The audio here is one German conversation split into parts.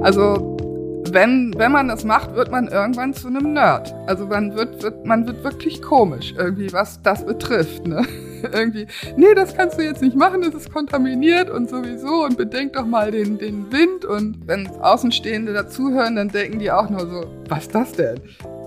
Also wenn man das macht, wird man irgendwann zu einem Nerd. Also man wird wirklich komisch, irgendwie, was das betrifft, ne? Irgendwie, nee, das kannst du jetzt nicht machen, das ist kontaminiert und sowieso und bedenk doch mal den Wind. Und wenn Außenstehende dazuhören, dann denken die auch nur so, was ist das denn?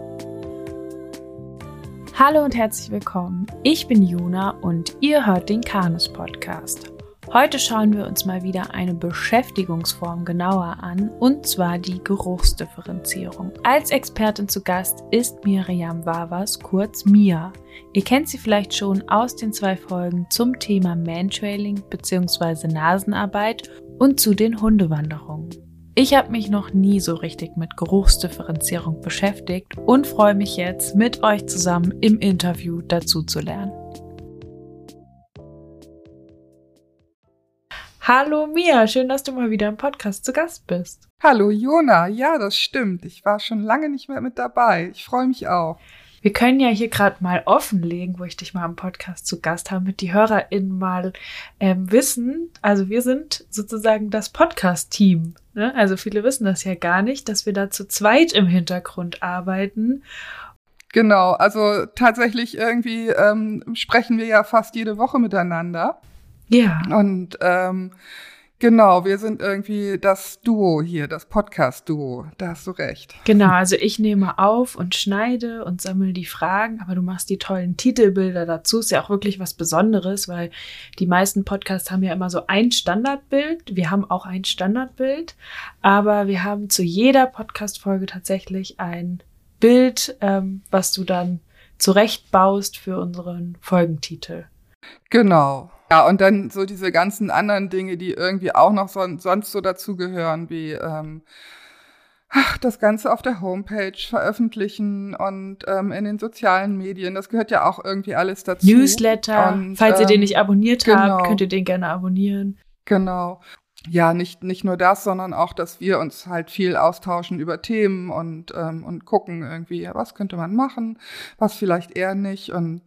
Hallo und herzlich willkommen. Ich bin Jona und ihr hört den Canus Podcast. Heute schauen wir uns mal wieder eine Beschäftigungsform genauer an, und zwar die Geruchsdifferenzierung. Als Expertin zu Gast ist Miriam Wawers, kurz Mia. Ihr kennt sie vielleicht schon aus den 2 Folgen zum Thema Mantrailing bzw. Nasenarbeit und zu den Hundewanderungen. Ich habe mich noch nie so richtig mit Geruchsdifferenzierung beschäftigt und freue mich jetzt, mit euch zusammen im Interview dazu zu lernen. Hallo Mia, schön, dass du mal wieder im Podcast zu Gast bist. Hallo Jona, ja, das stimmt. Ich war schon lange nicht mehr mit dabei. Ich freue mich auch. Wir können ja hier gerade mal offenlegen, wo ich dich mal im Podcast zu Gast habe, damit die HörerInnen mal wissen. Also wir sind sozusagen das Podcast-Team. Ne? Also viele wissen das ja gar nicht, dass wir da zu zweit im Hintergrund arbeiten. Genau, also tatsächlich irgendwie sprechen wir ja fast jede Woche miteinander. Ja. Und genau, wir sind irgendwie das Duo hier, das Podcast-Duo. Da hast du recht. Genau, also ich nehme auf und schneide und sammle die Fragen, aber du machst die tollen Titelbilder dazu. Ist ja auch wirklich was Besonderes, weil die meisten Podcasts haben ja immer so ein Standardbild. Wir haben auch ein Standardbild, aber wir haben zu jeder Podcast-Folge tatsächlich ein Bild, was du dann zurechtbaust für unseren Folgentitel. Genau. Ja, und dann so diese ganzen anderen Dinge, die irgendwie auch noch sonst so dazugehören, wie das Ganze auf der Homepage veröffentlichen und in den sozialen Medien. Das gehört ja auch irgendwie alles dazu. Newsletter, und, falls ihr den nicht abonniert genau. habt, könnt ihr den gerne abonnieren. Genau. Ja, nicht nur das, sondern auch, dass wir uns halt viel austauschen über Themen und gucken irgendwie, was könnte man machen, was vielleicht eher nicht. Und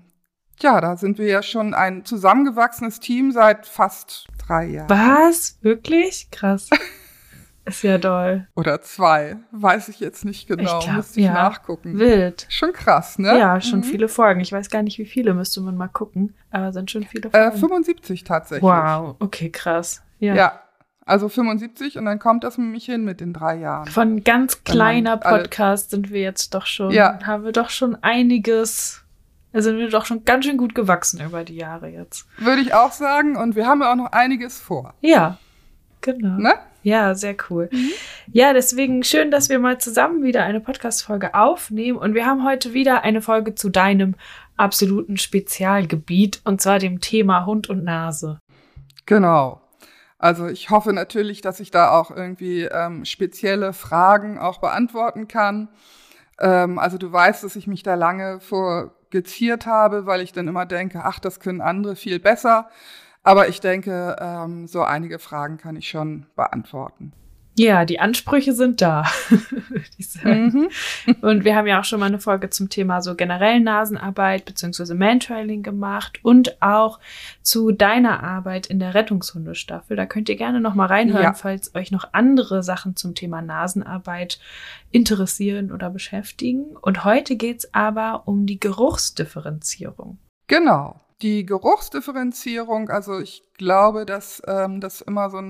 ja, da sind wir ja schon ein zusammengewachsenes Team seit fast 3 Jahren. Was? Wirklich? Krass. Ist ja doll. Oder 2, weiß ich jetzt nicht genau, müsste ich nachgucken. Wild. Schon krass, ne? Ja, schon viele Folgen. Ich weiß gar nicht, wie viele, müsste man mal gucken, aber sind schon viele Folgen. 75 tatsächlich. Wow, okay, krass. Ja, also 75 und dann kommt das nämlich hin mit den 3 Jahren. Von ganz kleiner Podcast sind wir jetzt doch schon, haben wir doch schon einiges. Da sind wir doch schon ganz schön gut gewachsen über die Jahre jetzt. Würde ich auch sagen. Und wir haben ja auch noch einiges vor. Ja, genau. Ne? Ja, sehr cool. Ja, deswegen schön, dass wir mal zusammen wieder eine Podcast-Folge aufnehmen. Und wir haben heute wieder eine Folge zu deinem absoluten Spezialgebiet. Und zwar dem Thema Hund und Nase. Genau. Also ich hoffe natürlich, dass ich da auch irgendwie spezielle Fragen auch beantworten kann. Also du weißt, dass ich mich da lange geziert habe, weil ich dann immer denke, ach, das können andere viel besser. Aber ich denke, so einige Fragen kann ich schon beantworten. Ja, die Ansprüche sind da, würde ich sagen. Und wir haben ja auch schon mal eine Folge zum Thema so generell Nasenarbeit bzw. Mantrailing gemacht und auch zu deiner Arbeit in der Rettungshundestaffel. Da könnt ihr gerne noch mal reinhören, falls euch noch andere Sachen zum Thema Nasenarbeit interessieren oder beschäftigen. Und heute geht's aber um die Geruchsdifferenzierung. Genau. Die Geruchsdifferenzierung, also ich glaube, dass das immer so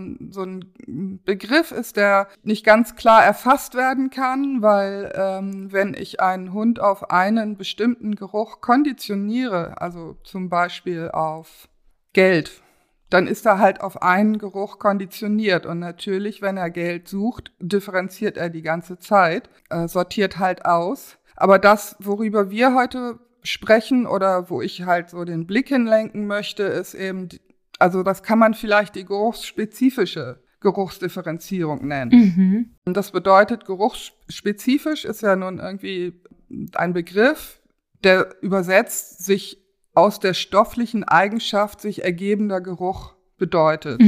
ein Begriff ist, der nicht ganz klar erfasst werden kann, weil wenn ich einen Hund auf einen bestimmten Geruch konditioniere, also zum Beispiel auf Geld, dann ist er halt auf einen Geruch konditioniert. Und natürlich, wenn er Geld sucht, differenziert er die ganze Zeit, sortiert halt aus. Aber das, worüber wir heute sprechen oder wo ich halt so den Blick hinlenken möchte, ist eben, also das kann man vielleicht die geruchsspezifische Geruchsdifferenzierung nennen. Und das bedeutet, geruchsspezifisch ist ja nun irgendwie ein Begriff, der übersetzt sich aus der stofflichen Eigenschaft sich ergebender Geruch bedeutet.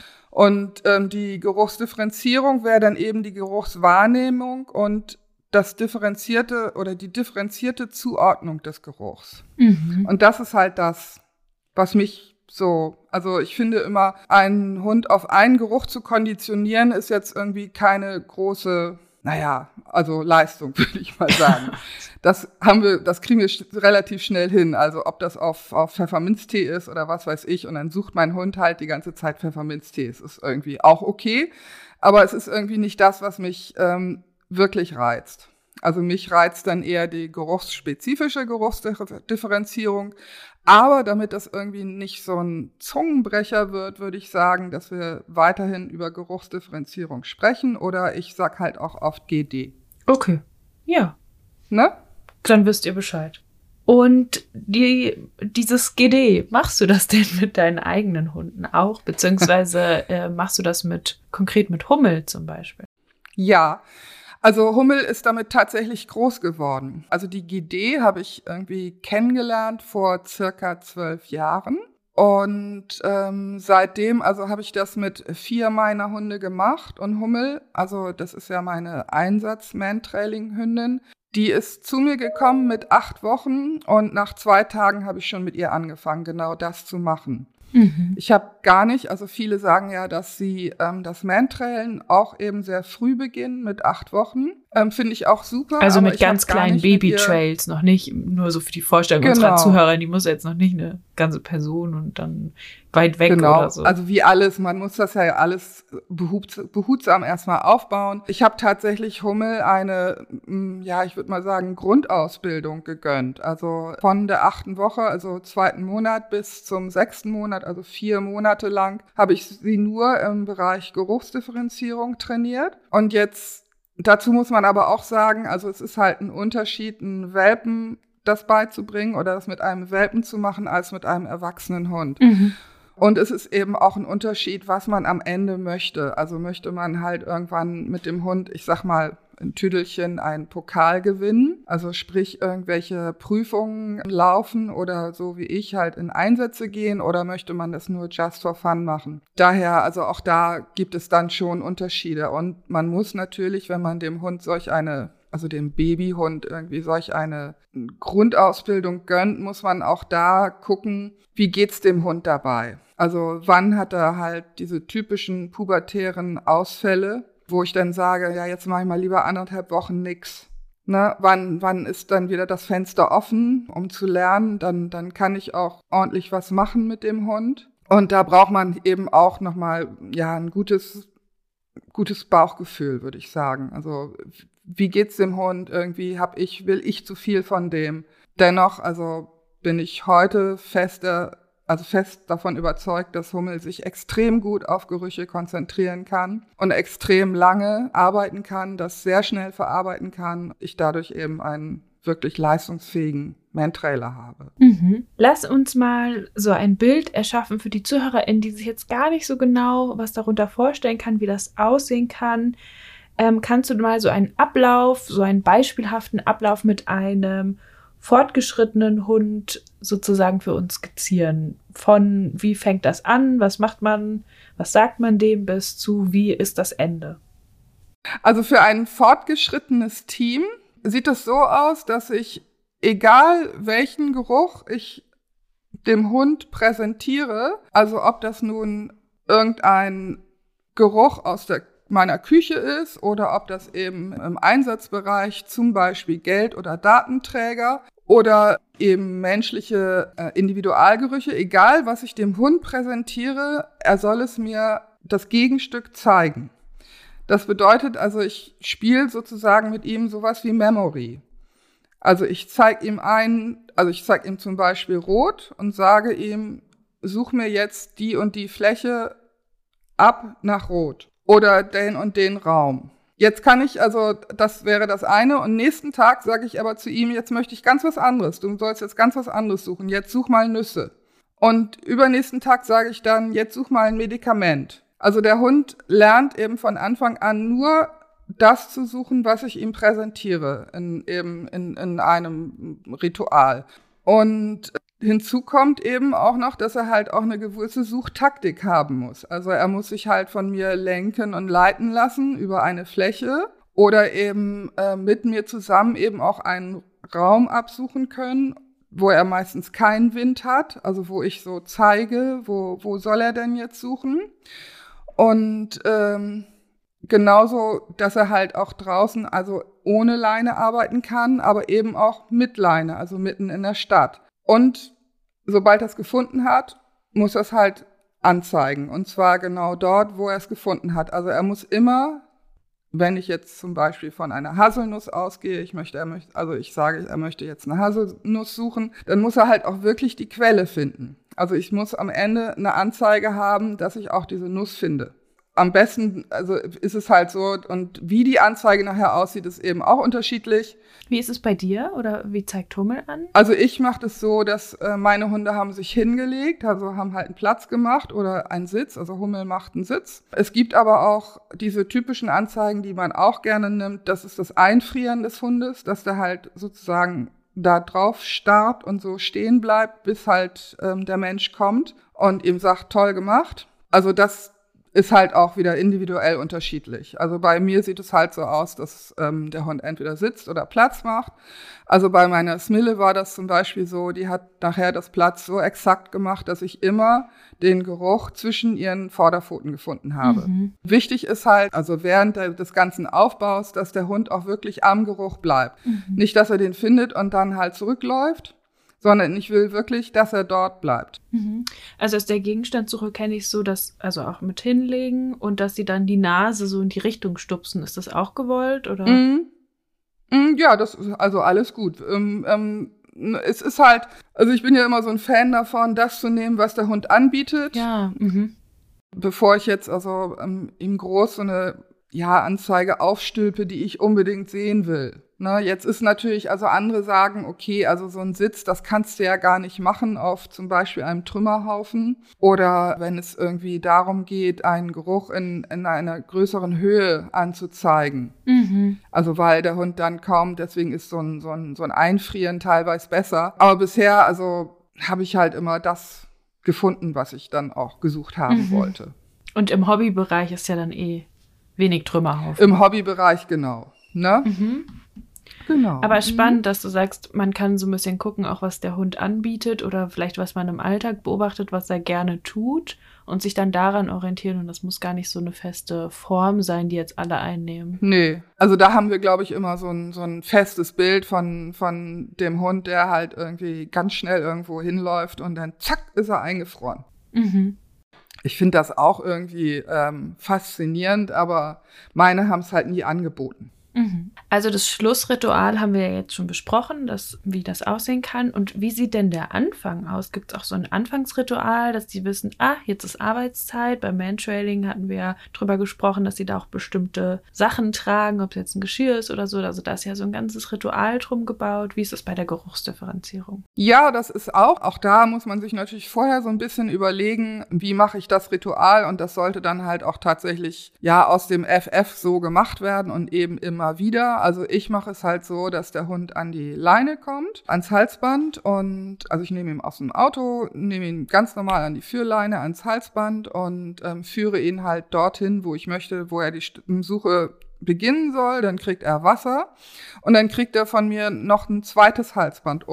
Und die Geruchsdifferenzierung wäre dann eben die Geruchswahrnehmung und das differenzierte oder die differenzierte Zuordnung des Geruchs. Und das ist halt das, was mich so. Also ich finde immer, einen Hund auf einen Geruch zu konditionieren, ist jetzt irgendwie keine große, also Leistung, würde ich mal sagen. Das kriegen wir relativ schnell hin. Also ob das auf Pfefferminztee ist oder was weiß ich. Und dann sucht mein Hund halt die ganze Zeit Pfefferminztee. Es ist irgendwie auch okay. Aber es ist irgendwie nicht das, was mich wirklich reizt. Also mich reizt dann eher die geruchsspezifische Geruchsdifferenzierung. Aber damit das irgendwie nicht so ein Zungenbrecher wird, würde ich sagen, dass wir weiterhin über Geruchsdifferenzierung sprechen. Oder ich sag halt auch oft GD. Okay, ja. Ne? Dann wisst ihr Bescheid. Und dieses GD, machst du das denn mit deinen eigenen Hunden auch? Beziehungsweise machst du das konkret mit Hummel zum Beispiel? Ja, also Hummel ist damit tatsächlich groß geworden. Also die GD habe ich irgendwie kennengelernt vor circa 12 Jahren. Und seitdem, also habe ich das mit 4 meiner Hunde gemacht. Und Hummel, also das ist ja meine Einsatz-Mantrailing-Hündin, die ist zu mir gekommen mit 8 Wochen und nach 2 Tagen habe ich schon mit ihr angefangen, genau das zu machen. Mhm. Ich habe gar nicht, also viele sagen ja, dass sie das Mantrailen auch eben sehr früh beginnen, mit 8 Wochen. Finde ich auch super. Also mit ganz kleinen Baby-Trails, noch nicht, nur so für die Vorstellung unserer Zuhörer, die muss jetzt noch nicht eine ganze Person und dann weit weg oder so. Also wie alles, man muss das ja alles behutsam erstmal aufbauen. Ich habe tatsächlich Hummel eine, ich würde mal sagen, Grundausbildung gegönnt. Also von der 8. Woche, also 2. Monat bis zum 6. Monat, also 4 Monate lang, habe ich sie nur im Bereich Geruchsdifferenzierung trainiert. Und jetzt dazu muss man aber auch sagen, also es ist halt ein Unterschied, einen Welpen das beizubringen oder das mit einem Welpen zu machen, als mit einem erwachsenen Hund. Mhm. Und es ist eben auch ein Unterschied, was man am Ende möchte. Also möchte man halt irgendwann mit dem Hund, ich sag mal, ein Tüdelchen einen Pokal gewinnen, also sprich irgendwelche Prüfungen laufen oder so wie ich halt in Einsätze gehen oder möchte man das nur just for fun machen. Daher, also auch da gibt es dann schon Unterschiede und man muss natürlich, wenn man dem Hund dem Babyhund irgendwie solch eine Grundausbildung gönnt, muss man auch da gucken, wie geht's dem Hund dabei. Also wann hat er halt diese typischen pubertären Ausfälle, wo ich dann sage, ja, jetzt mache ich mal lieber 1,5 Wochen nix. Ne? Wann ist dann wieder das Fenster offen, um zu lernen? Dann kann ich auch ordentlich was machen mit dem Hund. Und da braucht man eben auch nochmal, ein gutes Bauchgefühl, würde ich sagen. Also wie geht's dem Hund? Irgendwie will ich zu viel von dem. Dennoch, also bin ich heute fest davon überzeugt, dass Hummel sich extrem gut auf Gerüche konzentrieren kann und extrem lange arbeiten kann, das sehr schnell verarbeiten kann. Ich dadurch eben einen wirklich leistungsfähigen Mantrailer habe. Mhm. Lass uns mal so ein Bild erschaffen für die ZuhörerInnen, die sich jetzt gar nicht so genau was darunter vorstellen kann, wie das aussehen kann. Kannst du mal so einen Ablauf, so einen beispielhaften Ablauf mit einem fortgeschrittenen Hund sozusagen für uns skizzieren? Von wie fängt das an, was macht man, was sagt man dem, bis zu wie ist das Ende? Also für ein fortgeschrittenes Team sieht es so aus, dass ich, egal welchen Geruch ich dem Hund präsentiere, also ob das nun irgendein Geruch aus meiner Küche ist oder ob das eben im Einsatzbereich zum Beispiel Geld- oder Datenträger oder eben menschliche Individualgerüche, egal was ich dem Hund präsentiere, er soll es mir das Gegenstück zeigen. Das bedeutet also, ich spiele sozusagen mit ihm sowas wie Memory. Also ich zeige ihm zum Beispiel Rot und sage ihm, such mir jetzt die und die Fläche ab nach Rot oder den und den Raum. Jetzt kann ich, also das wäre das eine, und nächsten Tag sage ich aber zu ihm, jetzt möchte ich ganz was anderes, du sollst jetzt ganz was anderes suchen, jetzt such mal Nüsse. Und übernächsten Tag sage ich dann, jetzt such mal ein Medikament. Also der Hund lernt eben von Anfang an nur das zu suchen, was ich ihm präsentiere in einem Ritual. Und hinzu kommt eben auch noch, dass er halt auch eine gewisse Suchtaktik haben muss. Also er muss sich halt von mir lenken und leiten lassen über eine Fläche oder eben mit mir zusammen eben auch einen Raum absuchen können, wo er meistens keinen Wind hat, also wo ich so zeige, wo soll er denn jetzt suchen. Und genauso, dass er halt auch draußen, also ohne Leine arbeiten kann, aber eben auch mit Leine, also mitten in der Stadt. Und sobald er es gefunden hat, muss er es halt anzeigen. Und zwar genau dort, wo er es gefunden hat. Also er muss immer, wenn ich jetzt zum Beispiel von einer Haselnuss ausgehe, ich sage, er möchte jetzt eine Haselnuss suchen, dann muss er halt auch wirklich die Quelle finden. Also ich muss am Ende eine Anzeige haben, dass ich auch diese Nuss finde. Am besten, also ist es halt so, und wie die Anzeige nachher aussieht, ist eben auch unterschiedlich. Wie ist es bei dir oder wie zeigt Hummel an? Also ich mache das so, dass meine Hunde haben sich hingelegt, also haben halt einen Platz gemacht oder einen Sitz, also Hummel macht einen Sitz. Es gibt aber auch diese typischen Anzeigen, die man auch gerne nimmt, das ist das Einfrieren des Hundes, dass der halt sozusagen da drauf starrt und so stehen bleibt, bis halt der Mensch kommt und ihm sagt, toll gemacht. Also das ist halt auch wieder individuell unterschiedlich. Also bei mir sieht es halt so aus, dass der Hund entweder sitzt oder Platz macht. Also bei meiner Smille war das zum Beispiel so, die hat nachher das Platz so exakt gemacht, dass ich immer den Geruch zwischen ihren Vorderpfoten gefunden habe. Mhm. Wichtig ist halt, also während des ganzen Aufbaus, dass der Hund auch wirklich am Geruch bleibt. Mhm. Nicht, dass er den findet und dann halt zurückläuft, sondern ich will wirklich, dass er dort bleibt. Also aus der Gegenstandssuche kenne ich so, dass, also auch mit hinlegen und dass sie dann die Nase so in die Richtung stupsen. Ist das auch gewollt, oder? Ja, das ist also alles gut. Es ist halt, also ich bin ja immer so ein Fan davon, das zu nehmen, was der Hund anbietet. Ja. Bevor ich jetzt also ihm groß so eine Anzeige aufstülpe, die ich unbedingt sehen will. Ne, jetzt ist natürlich, also andere sagen, okay, also so ein Sitz, das kannst du ja gar nicht machen auf zum Beispiel einem Trümmerhaufen. Oder wenn es irgendwie darum geht, einen Geruch in einer größeren Höhe anzuzeigen. Mhm. Also weil der Hund dann kommt, deswegen ist so ein Einfrieren teilweise besser. Aber bisher, also habe ich halt immer das gefunden, was ich dann auch gesucht haben wollte. Und im Hobbybereich ist ja dann wenig Trümmerhaufen. Im Hobbybereich, genau. Ne? Genau. Aber spannend, dass du sagst, man kann so ein bisschen gucken, auch was der Hund anbietet oder vielleicht was man im Alltag beobachtet, was er gerne tut und sich dann daran orientieren. Und das muss gar nicht so eine feste Form sein, die jetzt alle einnehmen. Nee, also da haben wir, glaube ich, immer so ein festes Bild von dem Hund, der halt irgendwie ganz schnell irgendwo hinläuft und dann zack, ist er eingefroren. Mhm. Ich finde das auch irgendwie faszinierend, aber meine haben es halt nie angeboten. Also das Schlussritual haben wir ja jetzt schon besprochen, wie das aussehen kann. Und wie sieht denn der Anfang aus? Gibt es auch so ein Anfangsritual, dass die wissen, jetzt ist Arbeitszeit. Beim Mantrailing hatten wir ja drüber gesprochen, dass sie da auch bestimmte Sachen tragen, ob es jetzt ein Geschirr ist oder so. Also da ist ja so ein ganzes Ritual drum gebaut. Wie ist das bei der Geruchsdifferenzierung? Ja, das ist auch da muss man sich natürlich vorher so ein bisschen überlegen, wie mache ich das Ritual? Und das sollte dann halt auch tatsächlich aus dem FF so gemacht werden und eben immer wieder. Also ich mache es halt so, dass der Hund an die Leine kommt, ans Halsband und also ich nehme ihn aus dem Auto, nehme ihn ganz normal an die Führleine, ans Halsband und führe ihn halt dorthin, wo ich möchte, wo er die Suche beginnen soll. Dann kriegt er Wasser und dann kriegt er von mir noch ein zweites Halsband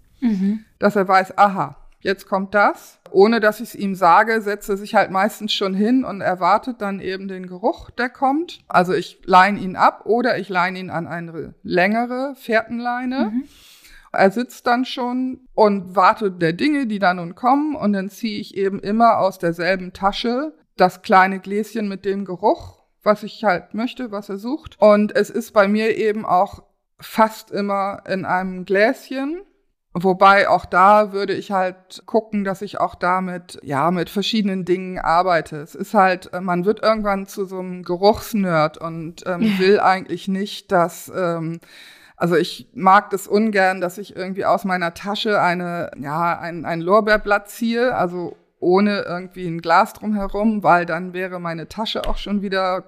dass er weiß, aha, jetzt kommt das. Ohne dass ich es ihm sage, setzt er sich halt meistens schon hin und erwartet dann eben den Geruch, der kommt. Also ich leine ihn ab oder ich leine ihn an eine längere Fährtenleine. Er sitzt dann schon und wartet der Dinge, die dann nun kommen. Und dann ziehe ich eben immer aus derselben Tasche das kleine Gläschen mit dem Geruch, was ich halt möchte, was er sucht. Und es ist bei mir eben auch fast immer in einem Gläschen. Wobei auch da würde ich halt gucken, dass ich auch damit, mit verschiedenen Dingen arbeite. Es ist halt, man wird irgendwann zu so einem Geruchsnerd und will eigentlich nicht, dass, also ich mag das ungern, dass ich irgendwie aus meiner Tasche ein Lorbeerblatt ziehe, also ohne irgendwie ein Glas drumherum, weil dann wäre meine Tasche auch schon wieder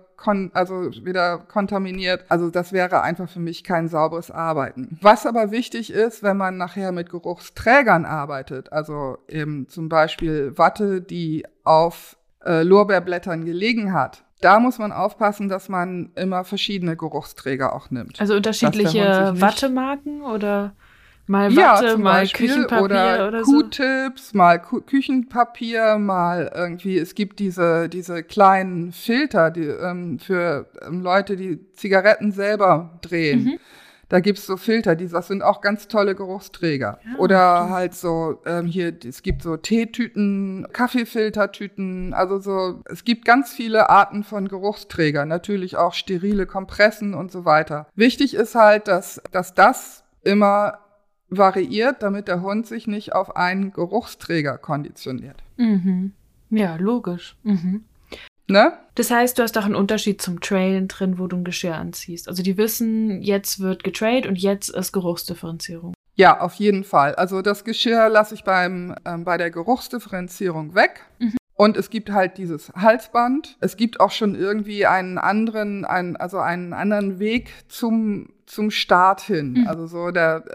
kontaminiert. Also das wäre einfach für mich kein sauberes Arbeiten. Was aber wichtig ist, wenn man nachher mit Geruchsträgern arbeitet, also eben zum Beispiel Watte, die auf Lorbeerblättern gelegen hat, da muss man aufpassen, dass man immer verschiedene Geruchsträger auch nimmt. Also unterschiedliche Wattemarken oder Mal Watte, zum mal Beispiel, Küchenpapier oder so. Q-Tips, mal Küchenpapier, mal irgendwie, es gibt diese kleinen Filter, die für Leute, die Zigaretten selber drehen. Da gibt's so Filter, das sind auch ganz tolle Geruchsträger. Ja, Oder stimmt. halt so, es gibt so Teetüten, Kaffeefiltertüten, also so, es gibt ganz viele Arten von Geruchsträgern, natürlich auch sterile Kompressen und so weiter. Wichtig ist halt, dass das immer variiert, damit der Hund sich nicht auf einen Geruchsträger konditioniert. Ja, logisch. Ne? Das heißt, du hast auch einen Unterschied zum Trailen drin, wo du ein Geschirr anziehst. Also die wissen, jetzt wird getrailt und jetzt ist Geruchsdifferenzierung. Ja, auf jeden Fall. Also das Geschirr lasse ich bei der Geruchsdifferenzierung weg. Und es gibt halt dieses Halsband. Es gibt auch schon irgendwie einen anderen Weg zum Start hin. Also so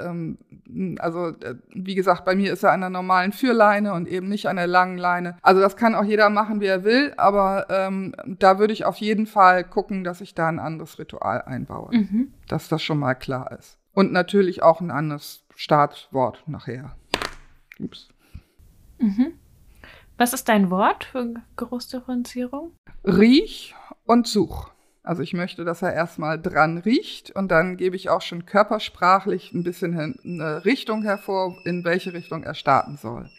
wie gesagt, bei mir ist er an der normalen Führleine und eben nicht an der langen Leine. Also das kann auch jeder machen, wie er will, aber da würde ich auf jeden Fall gucken, dass ich da ein anderes Ritual einbaue. Dass das schon mal klar ist. Und natürlich auch ein anderes Startwort nachher. Ups. Was ist dein Wort für Geruchsdifferenzierung? Riech und such. Also ich möchte, dass er erstmal dran riecht und dann gebe ich auch schon körpersprachlich ein bisschen eine Richtung hervor, in welche Richtung er starten soll.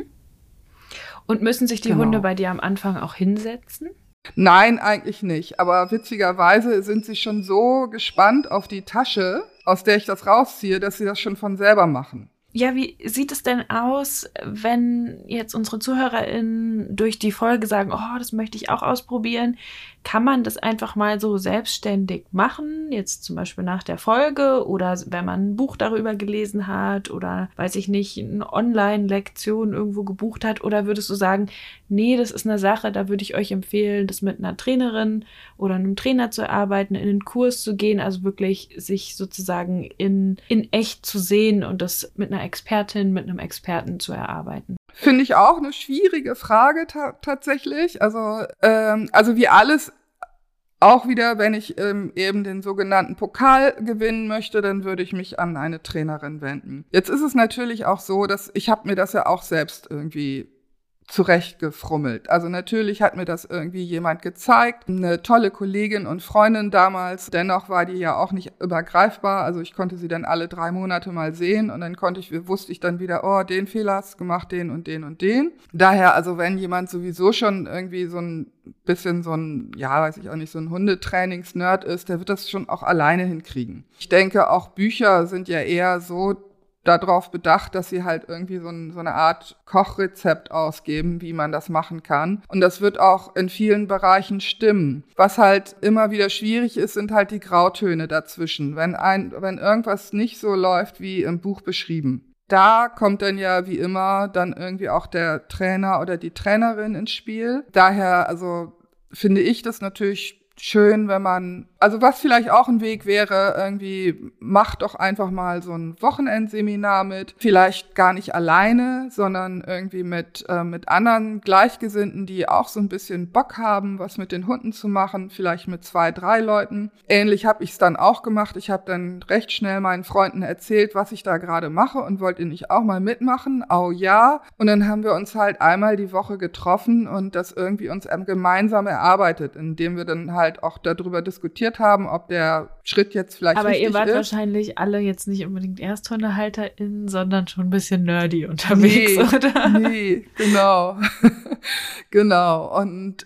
Und müssen sich die Hunde bei dir am Anfang auch hinsetzen? Nein, eigentlich nicht. Aber witzigerweise sind sie schon so gespannt auf die Tasche, aus der ich das rausziehe, dass sie das schon von selber machen. Ja, wie sieht es denn aus, wenn jetzt unsere ZuhörerInnen durch die Folge sagen, oh, das möchte ich auch ausprobieren? Kann man das einfach mal so selbstständig machen, jetzt zum Beispiel nach der Folge oder wenn man ein Buch darüber gelesen hat oder, weiß ich nicht, eine Online-Lektion irgendwo gebucht hat? Oder würdest du sagen, nee, das ist eine Sache, da würde ich euch empfehlen, das mit einer Trainerin oder einem Trainer zu erarbeiten, in einen Kurs zu gehen, also wirklich sich sozusagen in echt zu sehen und das mit einer Expertin, mit einem Experten zu erarbeiten? Finde ich auch eine schwierige Frage tatsächlich. Also wie alles auch wieder, wenn ich eben den sogenannten Pokal gewinnen möchte, dann würde ich mich an eine Trainerin wenden. Jetzt ist es natürlich auch so, dass ich habe mir das ja auch selbst irgendwie zurechtgefrummelt. Also natürlich hat mir das irgendwie jemand gezeigt, eine tolle Kollegin und Freundin damals. Dennoch war die ja auch nicht übergreifbar. Also ich konnte sie dann alle 3 Monate mal sehen und dann wusste ich dann wieder, oh, den Fehler hast du gemacht, den und den und den. Daher, also wenn jemand sowieso schon irgendwie so ein bisschen so ein, ja, weiß ich auch nicht, so ein Hundetrainings-Nerd ist, der wird das schon auch alleine hinkriegen. Ich denke, auch Bücher sind ja eher so darauf bedacht, dass sie halt irgendwie so eine Art Kochrezept ausgeben, wie man das machen kann. Und das wird auch in vielen Bereichen stimmen. Was halt immer wieder schwierig ist, sind halt die Grautöne dazwischen. Wenn irgendwas nicht so läuft, wie im Buch beschrieben. Da kommt dann ja wie immer dann irgendwie auch der Trainer oder die Trainerin ins Spiel. Daher, also finde ich das natürlich schön, wenn man, also was vielleicht auch ein Weg wäre, irgendwie macht doch einfach mal so ein Wochenendseminar mit, vielleicht gar nicht alleine, sondern irgendwie mit anderen Gleichgesinnten, die auch so ein bisschen Bock haben, was mit den Hunden zu machen, vielleicht mit 2, 3 Leuten. Ähnlich habe ich es dann auch gemacht. Ich habe dann recht schnell meinen Freunden erzählt, was ich da gerade mache und wollt ihr nicht auch mal mitmachen? Oh ja. Und dann haben wir uns halt einmal die Woche getroffen und das irgendwie uns gemeinsam erarbeitet, indem wir dann halt auch darüber diskutiert haben, ob der Schritt jetzt vielleicht richtig ist. Aber ihr wart wahrscheinlich alle jetzt nicht unbedingt ErsthundehalterInnen, sondern schon ein bisschen nerdy unterwegs, oder? Nee, genau. Genau. Und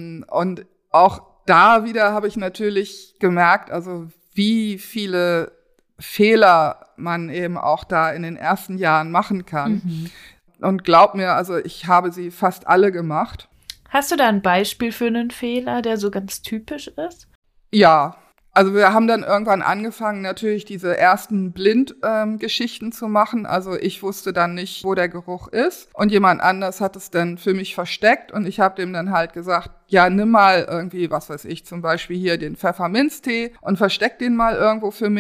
auch da wieder habe ich natürlich gemerkt, also wie viele Fehler man eben auch da in den ersten Jahren machen kann. Und glaub mir, also ich habe sie fast alle gemacht. Hast du da ein Beispiel für einen Fehler, der so ganz typisch ist? Ja, also wir haben dann irgendwann angefangen, natürlich diese ersten Blindgeschichten zu machen. Also ich wusste dann nicht, wo der Geruch ist. Und jemand anders hat es dann für mich versteckt. Und ich habe dem dann halt gesagt, ja, nimm mal irgendwie, was weiß ich, zum Beispiel hier den Pfefferminztee und versteck den mal irgendwo für mich.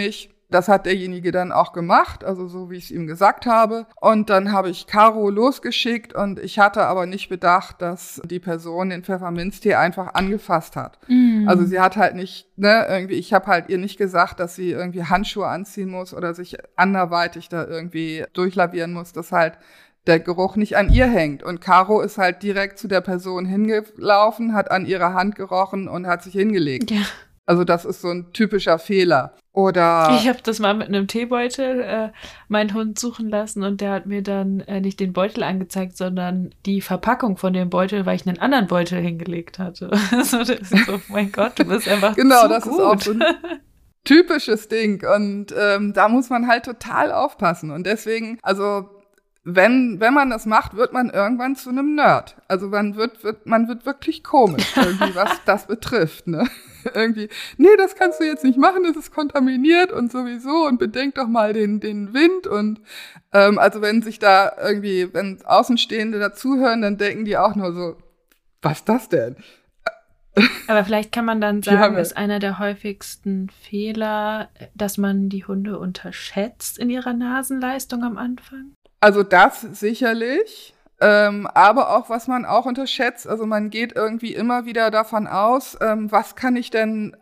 Das hat derjenige dann auch gemacht, also so wie ich es ihm gesagt habe. Und dann habe ich Caro losgeschickt und ich hatte aber nicht bedacht, dass die Person den Pfefferminztee einfach angefasst hat. Also sie hat halt nicht, irgendwie, ich habe halt ihr nicht gesagt, dass sie irgendwie Handschuhe anziehen muss oder sich anderweitig da irgendwie durchlavieren muss, dass halt der Geruch nicht an ihr hängt. Und Caro ist halt direkt zu der Person hingelaufen, hat an ihrer Hand gerochen und hat sich hingelegt. Ja. Also das ist so ein typischer Fehler. Oder ich habe das mal mit einem Teebeutel meinen Hund suchen lassen und der hat mir dann nicht den Beutel angezeigt, sondern die Verpackung von dem Beutel, weil ich einen anderen Beutel hingelegt hatte. Also das ist so, mein Gott, du bist einfach genau, zu das gut. ist auch so ein typisches Ding. Und da muss man halt total aufpassen. Und deswegen, also wenn man das macht, wird man irgendwann zu einem Nerd. Also man wird wirklich komisch, irgendwie, was das betrifft, ne? Irgendwie, nee, das kannst du jetzt nicht machen, das ist kontaminiert und sowieso und bedenk doch mal den Wind und also wenn Außenstehende dazuhören, dann denken die auch nur so, was ist das denn? Aber vielleicht kann man dann sagen, ist einer der häufigsten Fehler, dass man die Hunde unterschätzt in ihrer Nasenleistung am Anfang? Also das sicherlich. Aber auch, was man auch unterschätzt, also man geht irgendwie immer wieder davon aus, was kann ich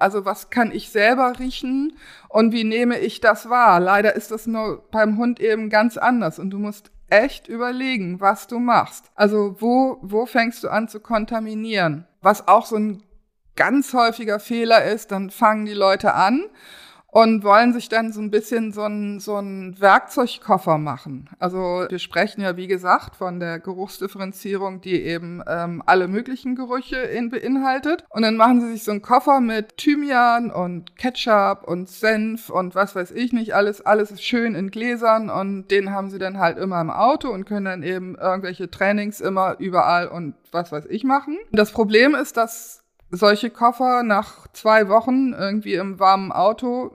selber riechen und wie nehme ich das wahr? Leider ist das nur beim Hund eben ganz anders und du musst echt überlegen, was du machst. Also wo fängst du an zu kontaminieren? Was auch so ein ganz häufiger Fehler ist, dann fangen die Leute an und wollen sich dann so ein bisschen so einen Werkzeugkoffer machen. Also wir sprechen ja, wie gesagt, von der Geruchsdifferenzierung, die eben alle möglichen Gerüche beinhaltet. Und dann machen sie sich so einen Koffer mit Thymian und Ketchup und Senf und was weiß ich nicht, alles ist schön in Gläsern und den haben sie dann halt immer im Auto und können dann eben irgendwelche Trainings immer überall und was weiß ich machen. Das Problem ist, dass solche Koffer nach 2 Wochen irgendwie im warmen Auto,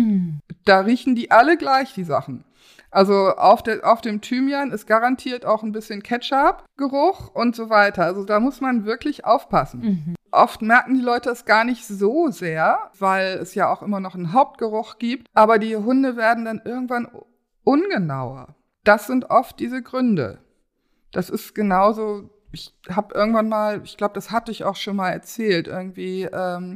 da riechen die alle gleich, die Sachen. Also auf dem Thymian ist garantiert auch ein bisschen Ketchup-Geruch und so weiter. Also da muss man wirklich aufpassen. Oft merken die Leute es gar nicht so sehr, weil es ja auch immer noch einen Hauptgeruch gibt. Aber die Hunde werden dann irgendwann ungenauer. Das sind oft diese Gründe. Das ist genauso. Ich habe irgendwann mal, ich glaube, das hatte ich auch schon mal erzählt, irgendwie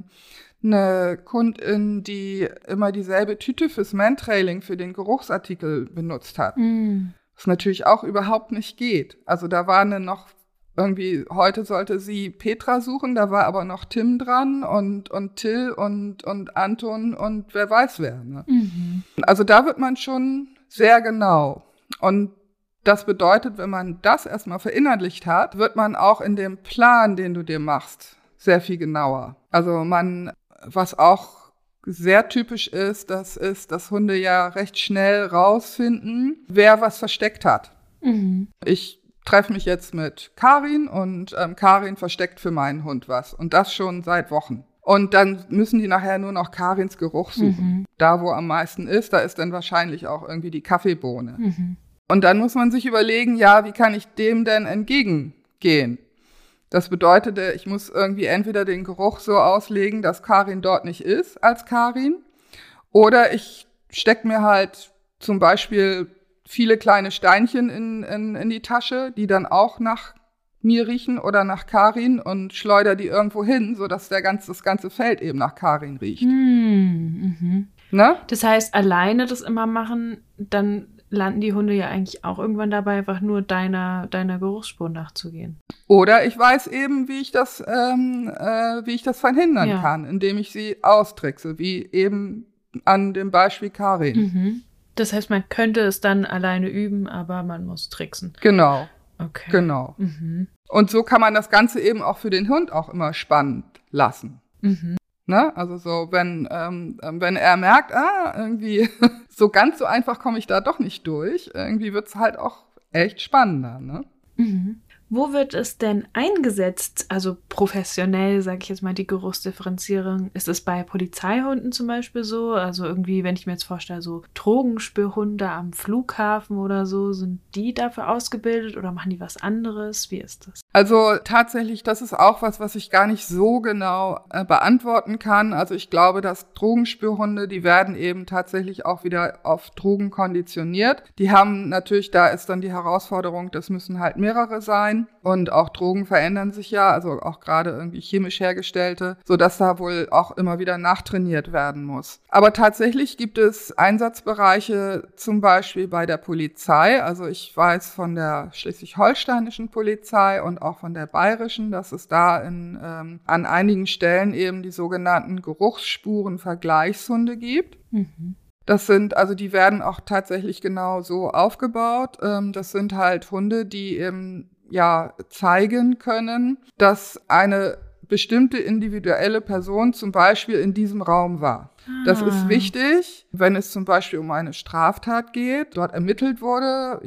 eine Kundin, die immer dieselbe Tüte fürs Mantrailing für den Geruchsartikel benutzt hat. Was natürlich auch überhaupt nicht geht. Also da waren dann noch irgendwie, heute sollte sie Petra suchen, da war aber noch Tim dran und Till und Anton und wer weiß wer. Ne? Also da wird man schon sehr genau. Und das bedeutet, wenn man das erstmal verinnerlicht hat, wird man auch in dem Plan, den du dir machst, sehr viel genauer. Also was auch sehr typisch ist, dass Hunde ja recht schnell rausfinden, wer was versteckt hat. Ich treffe mich jetzt mit Karin und Karin versteckt für meinen Hund was und das schon seit Wochen. Und dann müssen die nachher nur noch Karins Geruch suchen. Da, wo am meisten ist, da ist dann wahrscheinlich auch irgendwie die Kaffeebohne. Und dann muss man sich überlegen, ja, wie kann ich dem denn entgegengehen? Das bedeutet, ich muss irgendwie entweder den Geruch so auslegen, dass Karin dort nicht ist als Karin, oder ich stecke mir halt zum Beispiel viele kleine Steinchen in die Tasche, die dann auch nach mir riechen oder nach Karin und schleudere die irgendwo hin, sodass das ganze Feld eben nach Karin riecht. Ne? Das heißt, alleine das immer machen, dann landen die Hunde ja eigentlich auch irgendwann dabei, einfach nur deiner Geruchsspur nachzugehen. Oder ich weiß eben, wie ich das verhindern kann, indem ich sie austrickse, wie eben an dem Beispiel Karin. Das heißt, man könnte es dann alleine üben, aber man muss tricksen. Genau. Okay. Genau. Und so kann man das Ganze eben auch für den Hund auch immer spannend lassen. Ne? Also so, wenn er merkt, irgendwie so ganz so einfach komme ich da doch nicht durch, irgendwie wird's halt auch echt spannender, ne? Wo wird es denn eingesetzt? Also professionell, sage ich jetzt mal, die Geruchsdifferenzierung. Ist es bei Polizeihunden zum Beispiel so? Also irgendwie, wenn ich mir jetzt vorstelle, so Drogenspürhunde am Flughafen oder so, sind die dafür ausgebildet oder machen die was anderes? Wie ist das? Also tatsächlich, das ist auch was ich gar nicht so genau beantworten kann. Also ich glaube, dass Drogenspürhunde, die werden eben tatsächlich auch wieder auf Drogen konditioniert. Die haben natürlich, da ist dann die Herausforderung, das müssen halt mehrere sein. Und auch Drogen verändern sich ja, also auch gerade irgendwie chemisch hergestellte, sodass da wohl auch immer wieder nachtrainiert werden muss. Aber tatsächlich gibt es Einsatzbereiche, zum Beispiel bei der Polizei. Also ich weiß von der schleswig-holsteinischen Polizei und auch von der bayerischen, dass es da an einigen Stellen eben die sogenannten Geruchsspurenvergleichshunde gibt. Mhm. Das sind, also die werden auch tatsächlich genau so aufgebaut. Das sind halt Hunde, die eben zeigen können, dass eine bestimmte individuelle Person zum Beispiel in diesem Raum war. Das ist wichtig, wenn es zum Beispiel um eine Straftat geht, dort ermittelt wurde,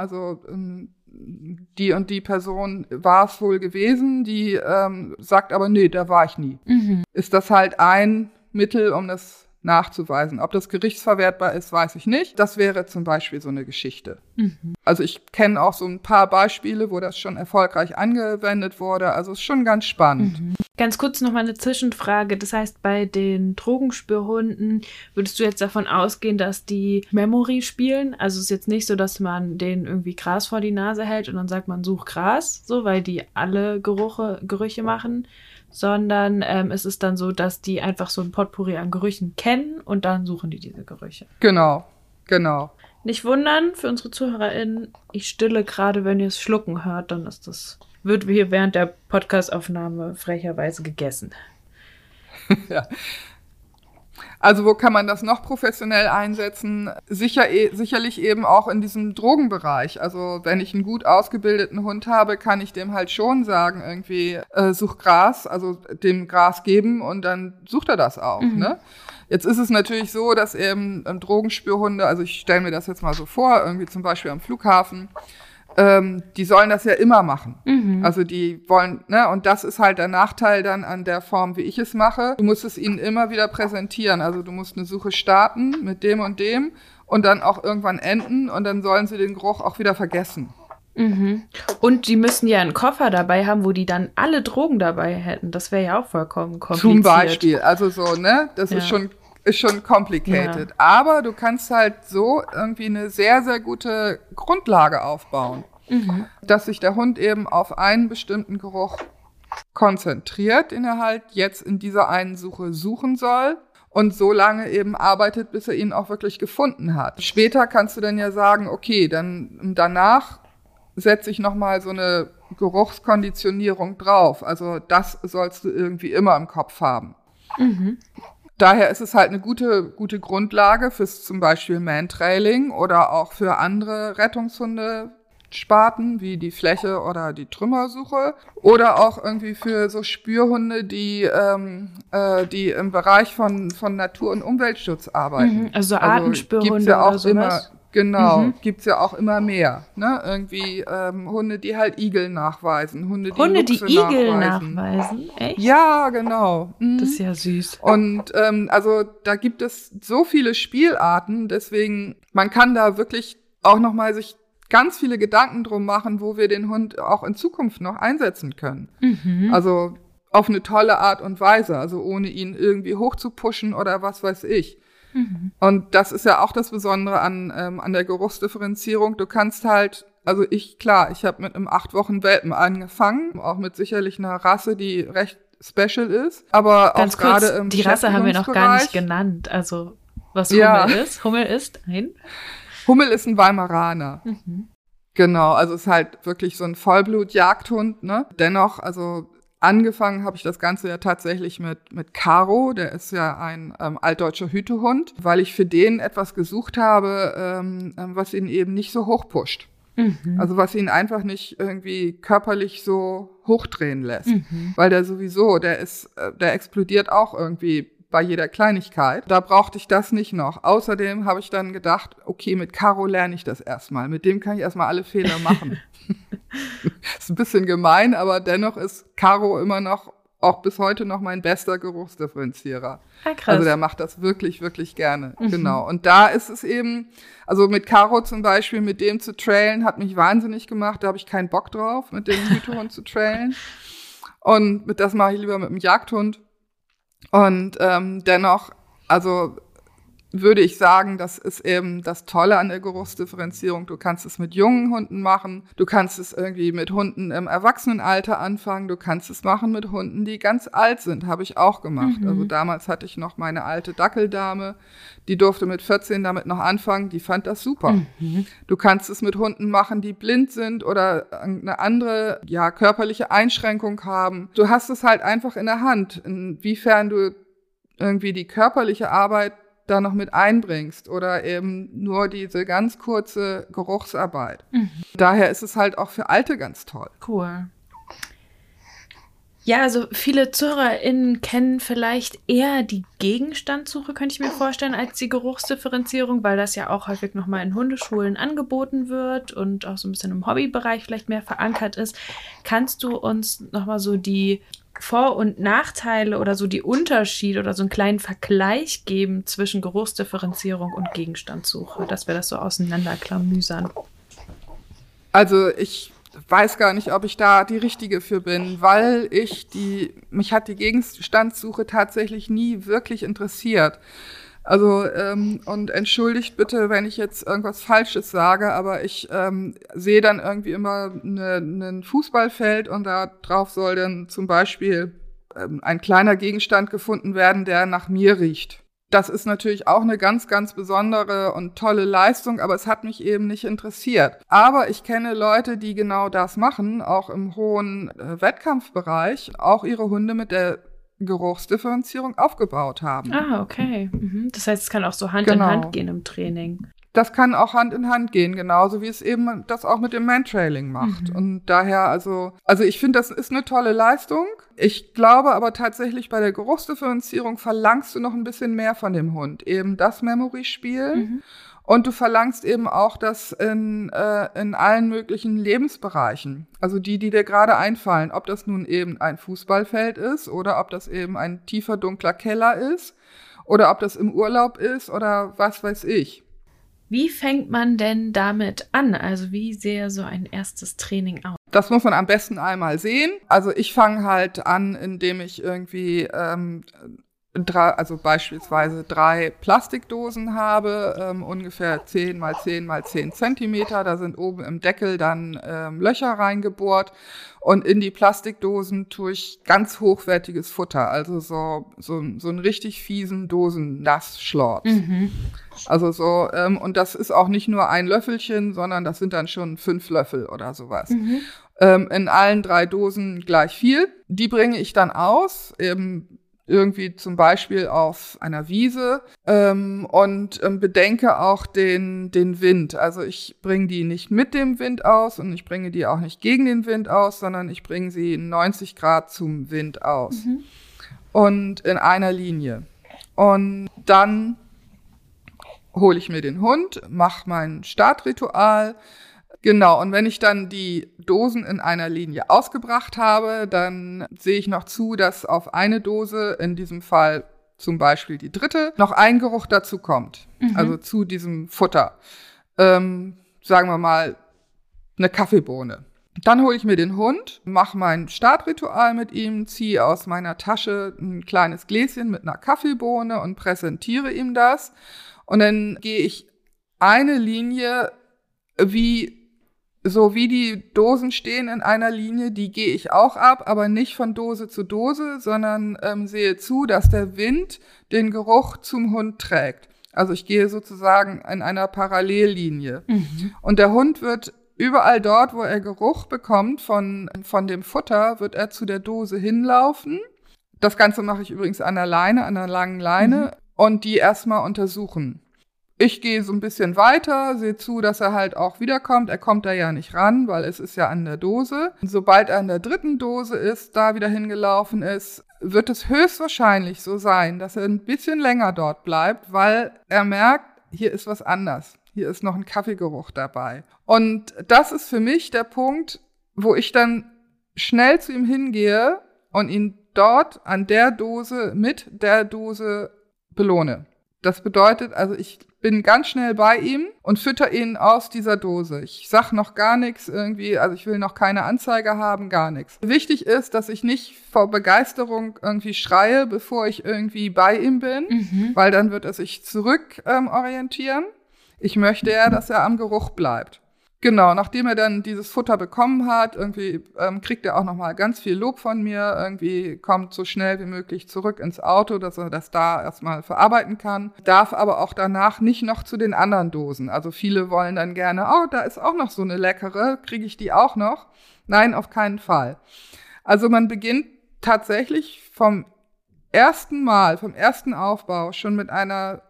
die und die Person war es wohl gewesen, die sagt aber, nee, da war ich nie. Mhm. Ist das halt ein Mittel, um das nachzuweisen. Ob das gerichtsverwertbar ist, weiß ich nicht. Das wäre zum Beispiel so eine Geschichte. Mhm. Also ich kenne auch so ein paar Beispiele, wo das schon erfolgreich angewendet wurde. Also ist schon ganz spannend. Mhm. Ganz kurz noch mal eine Zwischenfrage. Das heißt, bei den Drogenspürhunden würdest du jetzt davon ausgehen, dass die Memory spielen? Also es ist jetzt nicht so, dass man denen irgendwie Gras vor die Nase hält und dann sagt man, such Gras, so, weil die alle Gerüche machen, sondern es ist dann so, dass die einfach so ein Potpourri an Gerüchen kennen und dann suchen die diese Gerüche. Genau. Nicht wundern, für unsere ZuhörerInnen, ich stille gerade, wenn ihr es schlucken hört, dann wird hier während der Podcastaufnahme frecherweise gegessen. Ja. Also wo kann man das noch professionell einsetzen? Sicherlich eben auch in diesem Drogenbereich. Also wenn ich einen gut ausgebildeten Hund habe, kann ich dem halt schon sagen, irgendwie such Gras, also dem Gras geben und dann sucht er das auch. Mhm. Ne? Jetzt ist es natürlich so, dass eben Drogenspürhunde, also ich stelle mir das jetzt mal so vor, irgendwie zum Beispiel am Flughafen, die sollen das ja immer machen. Mhm. Also die wollen, ne, und das ist halt der Nachteil dann an der Form, wie ich es mache. Du musst es ihnen immer wieder präsentieren. Also du musst eine Suche starten mit dem und dann auch irgendwann enden und dann sollen sie den Geruch auch wieder vergessen. Mhm. Und die müssen ja einen Koffer dabei haben, wo die dann alle Drogen dabei hätten. Das wäre ja auch vollkommen kompliziert. Zum Beispiel, also so, ne, das ist schon complicated. Ja. Aber du kannst halt so irgendwie eine sehr, sehr gute Grundlage aufbauen, dass sich der Hund eben auf einen bestimmten Geruch konzentriert, den er halt jetzt in dieser einen Suche suchen soll und so lange eben arbeitet, bis er ihn auch wirklich gefunden hat. Später kannst du dann ja sagen, okay, dann danach setze ich nochmal so eine Geruchskonditionierung drauf. Also das sollst du irgendwie immer im Kopf haben. Mhm. Daher ist es halt eine gute Grundlage fürs zum Beispiel Mantrailing oder auch für andere Rettungshunde-Sparten wie die Fläche oder die Trümmersuche oder auch irgendwie für so Spürhunde, die im Bereich von Natur- und Umweltschutz arbeiten. Also Artenspürhunde ja oder sowas? Immer, genau, gibt's ja auch immer mehr. Ne? Irgendwie Hunde, die halt Igel nachweisen, Hunde, die Igel nachweisen. Echt? Ja, genau. Mhm. Das ist ja süß. Und also da gibt es so viele Spielarten, deswegen man kann da wirklich auch nochmal sich ganz viele Gedanken drum machen, wo wir den Hund auch in Zukunft noch einsetzen können. Mhm. Also auf eine tolle Art und Weise, also ohne ihn irgendwie hochzupushen oder was weiß ich. Mhm. Und das ist ja auch das Besondere an der Geruchsdifferenzierung. Du kannst halt, also ich habe mit einem 8 Wochen Welpen angefangen, auch mit sicherlich einer Rasse, die recht special ist. Aber ganz auch gerade im die Rasse haben wir noch gar nicht genannt. Also was Hummel ist. Hummel ist ein Weimaraner. Mhm. Genau, also ist halt wirklich so ein Vollblut-Jagdhund, ne? Dennoch, also angefangen habe ich das Ganze ja tatsächlich mit Caro, der ist ja ein altdeutscher Hütehund, weil ich für den etwas gesucht habe, was ihn eben nicht so hochpusht. Mhm. Also was ihn einfach nicht irgendwie körperlich so hochdrehen lässt. Mhm. Weil der sowieso, der explodiert auch irgendwie bei jeder Kleinigkeit. Da brauchte ich das nicht noch. Außerdem habe ich dann gedacht, okay, mit Caro lerne ich das erstmal. Mit dem kann ich erstmal alle Fehler machen. Ist ein bisschen gemein, aber dennoch ist Caro immer noch, auch bis heute noch mein bester Geruchsdifferenzierer. Ah, krass. Also der macht das wirklich, wirklich gerne. Genau. Und da ist es eben, also mit Caro zum Beispiel, mit dem zu trailen, hat mich wahnsinnig gemacht. Da habe ich keinen Bock drauf, mit dem Hütehund zu trailen. Und das mache ich lieber mit dem Jagdhund. Und dennoch, also würde ich sagen, das ist eben das Tolle an der Geruchsdifferenzierung. Du kannst es mit jungen Hunden machen, du kannst es irgendwie mit Hunden im Erwachsenenalter anfangen, du kannst es machen mit Hunden, die ganz alt sind, habe ich auch gemacht. Also damals hatte ich noch meine alte Dackeldame, die durfte mit 14 damit noch anfangen, die fand das super. Du kannst es mit Hunden machen, die blind sind oder eine andere, körperliche Einschränkung haben. Du hast es halt einfach in der Hand, inwiefern du irgendwie die körperliche Arbeit da noch mit einbringst oder eben nur diese ganz kurze Geruchsarbeit. Daher ist es halt auch für Alte ganz toll. Cool. Ja, also viele ZuhörerInnen kennen vielleicht eher die Gegenstandssuche, könnte ich mir vorstellen, als die Geruchsdifferenzierung, weil das ja auch häufig nochmal in Hundeschulen angeboten wird und auch so ein bisschen im Hobbybereich vielleicht mehr verankert ist. Kannst du uns nochmal so die Vor- und Nachteile oder so die Unterschiede oder so einen kleinen Vergleich geben zwischen Geruchsdifferenzierung und Gegenstandssuche, dass wir das so auseinanderklamüsern? Also ich weiß gar nicht, ob ich da die Richtige für bin, weil mich hat die Gegenstandssuche tatsächlich nie wirklich interessiert. Also, und entschuldigt bitte, wenn ich jetzt irgendwas Falsches sage, aber ich sehe dann irgendwie immer ein Fußballfeld und da drauf soll dann zum Beispiel ein kleiner Gegenstand gefunden werden, der nach mir riecht. Das ist natürlich auch eine ganz, ganz besondere und tolle Leistung, aber es hat mich eben nicht interessiert. Aber ich kenne Leute, die genau das machen, auch im hohen Wettkampfbereich, auch ihre Hunde mit der Geruchsdifferenzierung aufgebaut haben. Ah, okay. Das heißt, es kann auch so Hand in Hand gehen im Training. Das kann auch Hand in Hand gehen, genauso wie es eben das auch mit dem Mantrailing macht. Und daher, also ich finde, das ist eine tolle Leistung. Ich glaube aber tatsächlich, bei der Geruchsdifferenzierung verlangst du noch ein bisschen mehr von dem Hund. Eben das Memory-Spiel. Und du verlangst eben auch das in allen möglichen Lebensbereichen. Also die dir gerade einfallen. Ob das nun eben ein Fußballfeld ist oder ob das eben ein tiefer, dunkler Keller ist oder ob das im Urlaub ist oder was weiß ich. Wie fängt man denn damit an? Also wie sähe so ein erstes Training aus? Das muss man am besten einmal sehen. Also ich fange halt an, indem ich irgendwie beispielsweise 3 Plastikdosen habe, ungefähr 10 mal 10 mal 10 Zentimeter. Da sind oben im Deckel dann Löcher reingebohrt. Und in die Plastikdosen tue ich ganz hochwertiges Futter, also so einen richtig fiesen Dosen-Nassschlorz. Also so, und das ist auch nicht nur ein Löffelchen, sondern das sind dann schon 5 Löffel oder sowas. In allen 3 Dosen gleich viel. Die bringe ich dann aus, eben irgendwie zum Beispiel auf einer Wiese und bedenke auch den Wind. Also ich bringe die nicht mit dem Wind aus und ich bringe die auch nicht gegen den Wind aus, sondern ich bringe sie 90 Grad zum Wind aus und in einer Linie. Und dann hole ich mir den Hund, mache mein Startritual. Genau, und wenn ich dann die Dosen in einer Linie ausgebracht habe, dann sehe ich noch zu, dass auf eine Dose, in diesem Fall zum Beispiel die 3., noch ein Geruch dazu kommt. Also zu diesem Futter. Sagen wir mal eine Kaffeebohne. Dann hole ich mir den Hund, mache mein Startritual mit ihm, ziehe aus meiner Tasche ein kleines Gläschen mit einer Kaffeebohne und präsentiere ihm das. Und dann gehe ich eine Linie, wie die Dosen stehen in einer Linie, die gehe ich auch ab, aber nicht von Dose zu Dose, sondern sehe zu, dass der Wind den Geruch zum Hund trägt. Also ich gehe sozusagen in einer Parallellinie. Und der Hund wird überall dort, wo er Geruch bekommt von dem Futter, wird er zu der Dose hinlaufen. Das Ganze mache ich übrigens an der Leine, an einer langen Leine und die erstmal untersuchen. Ich gehe so ein bisschen weiter, sehe zu, dass er halt auch wiederkommt. Er kommt da ja nicht ran, weil es ist ja an der Dose. Sobald er an der 3. Dose ist, da wieder hingelaufen ist, wird es höchstwahrscheinlich so sein, dass er ein bisschen länger dort bleibt, weil er merkt, hier ist was anders. Hier ist noch ein Kaffeegeruch dabei. Und das ist für mich der Punkt, wo ich dann schnell zu ihm hingehe und ihn dort an der Dose mit der Dose belohne. Das bedeutet, also ich bin ganz schnell bei ihm und fütter ihn aus dieser Dose. Ich sag noch gar nichts irgendwie, also ich will noch keine Anzeige haben, gar nichts. Wichtig ist, dass ich nicht vor Begeisterung irgendwie schreie, bevor ich irgendwie bei ihm bin, weil dann wird er sich zurück orientieren. Ich möchte ja, dass er am Geruch bleibt. Genau, nachdem er dann dieses Futter bekommen hat, irgendwie kriegt er auch nochmal ganz viel Lob von mir, irgendwie kommt so schnell wie möglich zurück ins Auto, dass er das da erstmal verarbeiten kann, darf aber auch danach nicht noch zu den anderen Dosen. Also viele wollen dann gerne, oh, da ist auch noch so eine leckere, kriege ich die auch noch? Nein, auf keinen Fall. Also man beginnt tatsächlich vom ersten Aufbau schon mit einer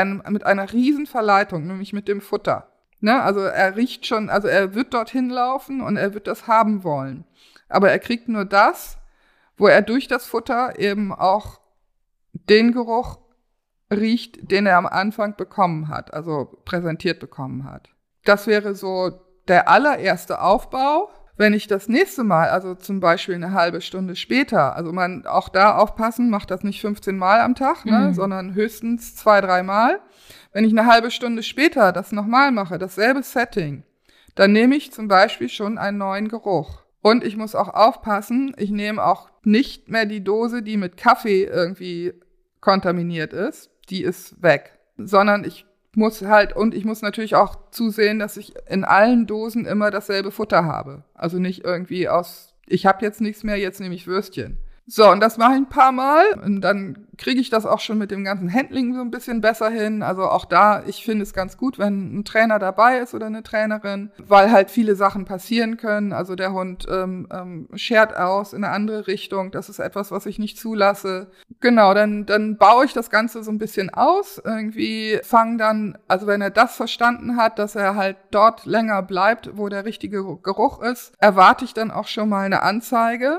riesen Verleitung, nämlich mit dem Futter. Ne, also er riecht schon, also er wird dorthin laufen und er wird das haben wollen. Aber er kriegt nur das, wo er durch das Futter eben auch den Geruch riecht, den er am Anfang bekommen hat, also präsentiert bekommen hat. Das wäre so der allererste Aufbau. Wenn ich das nächste Mal, also zum Beispiel eine halbe Stunde später, also man auch da aufpassen, macht das nicht 15 Mal am Tag, ne, sondern höchstens 2-3 Mal. Wenn ich eine halbe Stunde später das nochmal mache, dasselbe Setting, dann nehme ich zum Beispiel schon einen neuen Geruch. Und ich muss auch aufpassen, ich nehme auch nicht mehr die Dose, die mit Kaffee irgendwie kontaminiert ist, die ist weg. Sondern ich muss natürlich auch zusehen, dass ich in allen Dosen immer dasselbe Futter habe. Also nicht irgendwie ich habe jetzt nichts mehr, jetzt nehme ich Würstchen. So, und das mache ich ein paar Mal und dann kriege ich das auch schon mit dem ganzen Handling so ein bisschen besser hin. Also auch da, ich finde es ganz gut, wenn ein Trainer dabei ist oder eine Trainerin, weil halt viele Sachen passieren können. Also der Hund schert aus in eine andere Richtung. Das ist etwas, was ich nicht zulasse. Genau, dann baue ich das Ganze so ein bisschen aus. Irgendwie also wenn er das verstanden hat, dass er halt dort länger bleibt, wo der richtige Geruch ist, erwarte ich dann auch schon mal eine Anzeige.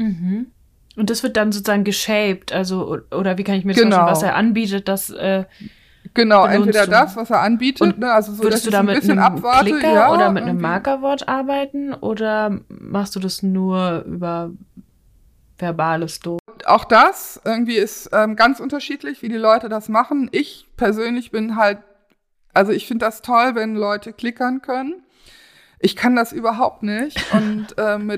Und das wird dann sozusagen geshaped, also, oder wie kann ich mir das vorstellen, was er anbietet, das genau, entweder das, was er anbietet, ne, also so, würdest dass du da ich ein mit bisschen einem abwarte, Klicker ja, oder mit einem irgendwie. Markerwort arbeiten oder machst du das nur über verbales Lob? Auch das irgendwie ist ganz unterschiedlich, wie die Leute das machen. Ich persönlich also ich finde das toll, wenn Leute klickern können. Ich kann das überhaupt nicht und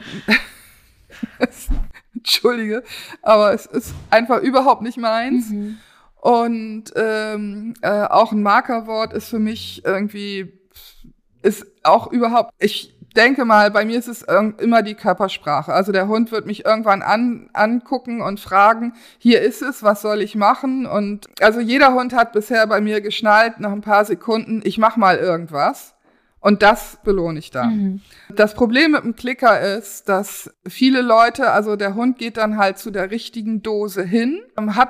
Entschuldige, aber es ist einfach überhaupt nicht meins. Und auch ein Markerwort ist für mich ist auch überhaupt, ich denke mal, bei mir ist es immer die Körpersprache. Also der Hund wird mich irgendwann angucken und fragen, hier ist es, was soll ich machen? Und also jeder Hund hat bisher bei mir geschnallt, nach ein paar Sekunden, ich mach mal irgendwas. Und das belohne ich dann. Das Problem mit dem Klicker ist, dass viele Leute, also der Hund geht dann halt zu der richtigen Dose hin,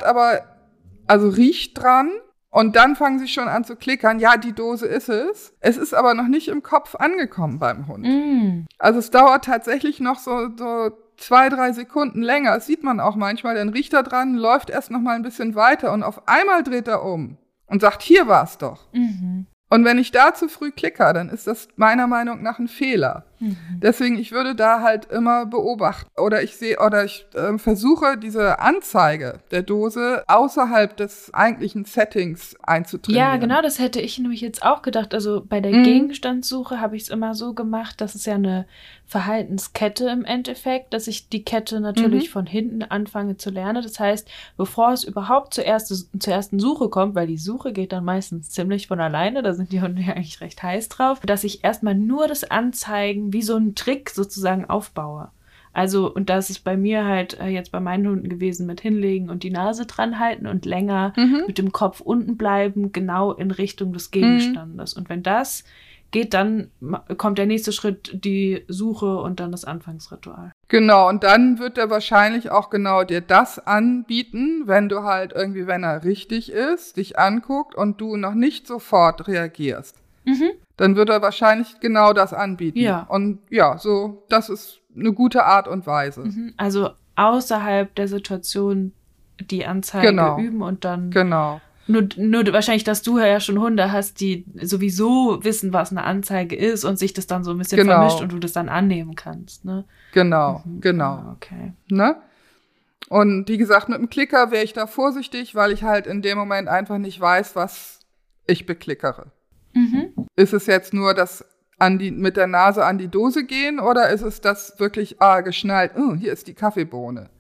riecht dran und dann fangen sie schon an zu klickern. Ja, die Dose ist es. Es ist aber noch nicht im Kopf angekommen beim Hund. Also es dauert tatsächlich noch so 2-3 Sekunden länger. Das sieht man auch manchmal. Dann riecht er dran, läuft erst noch mal ein bisschen weiter und auf einmal dreht er um und sagt, hier war's doch. Und wenn ich da zu früh klicke, dann ist das meiner Meinung nach ein Fehler. Deswegen, ich würde da halt immer beobachten. Oder ich versuche, diese Anzeige der Dose außerhalb des eigentlichen Settings einzutrainieren. Ja, genau, das hätte ich nämlich jetzt auch gedacht. Also bei der Gegenstandssuche habe ich es immer so gemacht, das ist ja eine Verhaltenskette im Endeffekt, dass ich die Kette natürlich von hinten anfange zu lernen. Das heißt, bevor es überhaupt zur ersten Suche kommt, weil die Suche geht dann meistens ziemlich von alleine, da sind die Hunde ja eigentlich recht heiß drauf, dass ich erstmal nur das Anzeigen wie so einen Trick sozusagen aufbaue. Also, und das ist bei mir halt jetzt bei meinen Hunden gewesen mit hinlegen und die Nase dran halten und länger mit dem Kopf unten bleiben, genau in Richtung des Gegenstandes. Und wenn das kommt der nächste Schritt, die Suche und dann das Anfangsritual. Genau, und dann wird er wahrscheinlich auch genau dir das anbieten, wenn du halt irgendwie, wenn er richtig ist, dich anguckt und du noch nicht sofort reagierst. Dann wird er wahrscheinlich genau das anbieten. Ja. Und ja, so, das ist eine gute Art und Weise. Also außerhalb der Situation die Anzeige üben und dann... Genau. Nur wahrscheinlich, dass du ja schon Hunde hast, die sowieso wissen, was eine Anzeige ist und sich das dann so ein bisschen vermischt und du das dann annehmen kannst, ne? Genau. Okay. Ne? Und wie gesagt, mit dem Klicker wäre ich da vorsichtig, weil ich halt in dem Moment einfach nicht weiß, was ich beklickere. Ist es jetzt nur das mit der Nase an die Dose gehen oder ist es das wirklich geschnallt, hier ist die Kaffeebohne.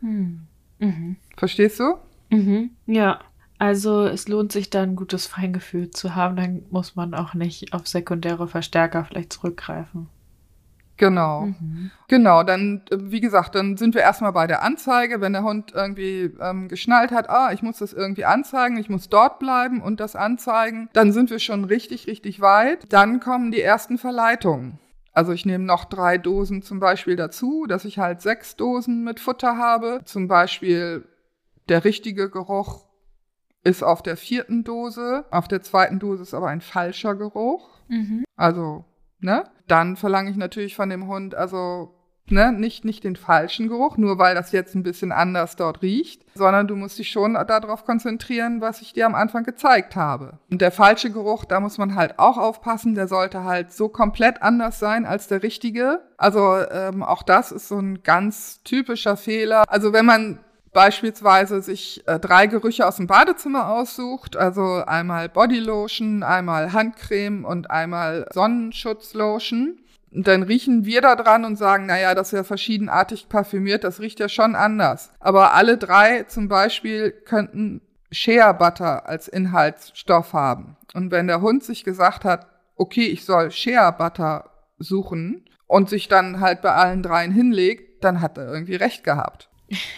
Verstehst du? Ja. Also es lohnt sich dann, ein gutes Feingefühl zu haben, dann muss man auch nicht auf sekundäre Verstärker vielleicht zurückgreifen. Genau. Genau, dann, wie gesagt, dann sind wir erstmal bei der Anzeige, wenn der Hund irgendwie geschnallt hat, ich muss das irgendwie anzeigen, ich muss dort bleiben und das anzeigen, dann sind wir schon richtig, richtig weit. Dann kommen die ersten Verleitungen. Also ich nehme noch 3 Dosen zum Beispiel dazu, dass ich halt 6 Dosen mit Futter habe. Zum Beispiel der richtige Geruch ist auf der 4. Dose. Auf der 2. Dose ist aber ein falscher Geruch. Also, ne? Dann verlange ich natürlich von dem Hund, also, ne, nicht den falschen Geruch, nur weil das jetzt ein bisschen anders dort riecht, sondern du musst dich schon darauf konzentrieren, was ich dir am Anfang gezeigt habe. Und der falsche Geruch, da muss man halt auch aufpassen, der sollte halt so komplett anders sein als der richtige. Also, auch das ist so ein ganz typischer Fehler. Also, wenn man beispielsweise sich 3 Gerüche aus dem Badezimmer aussucht, also einmal Bodylotion, einmal Handcreme und einmal Sonnenschutzlotion. Und dann riechen wir da dran und sagen, naja, das ist ja verschiedenartig parfümiert, das riecht ja schon anders. Aber alle 3 zum Beispiel könnten Shea Butter als Inhaltsstoff haben. Und wenn der Hund sich gesagt hat, okay, ich soll Shea Butter suchen und sich dann halt bei allen 3 hinlegt, dann hat er irgendwie recht gehabt.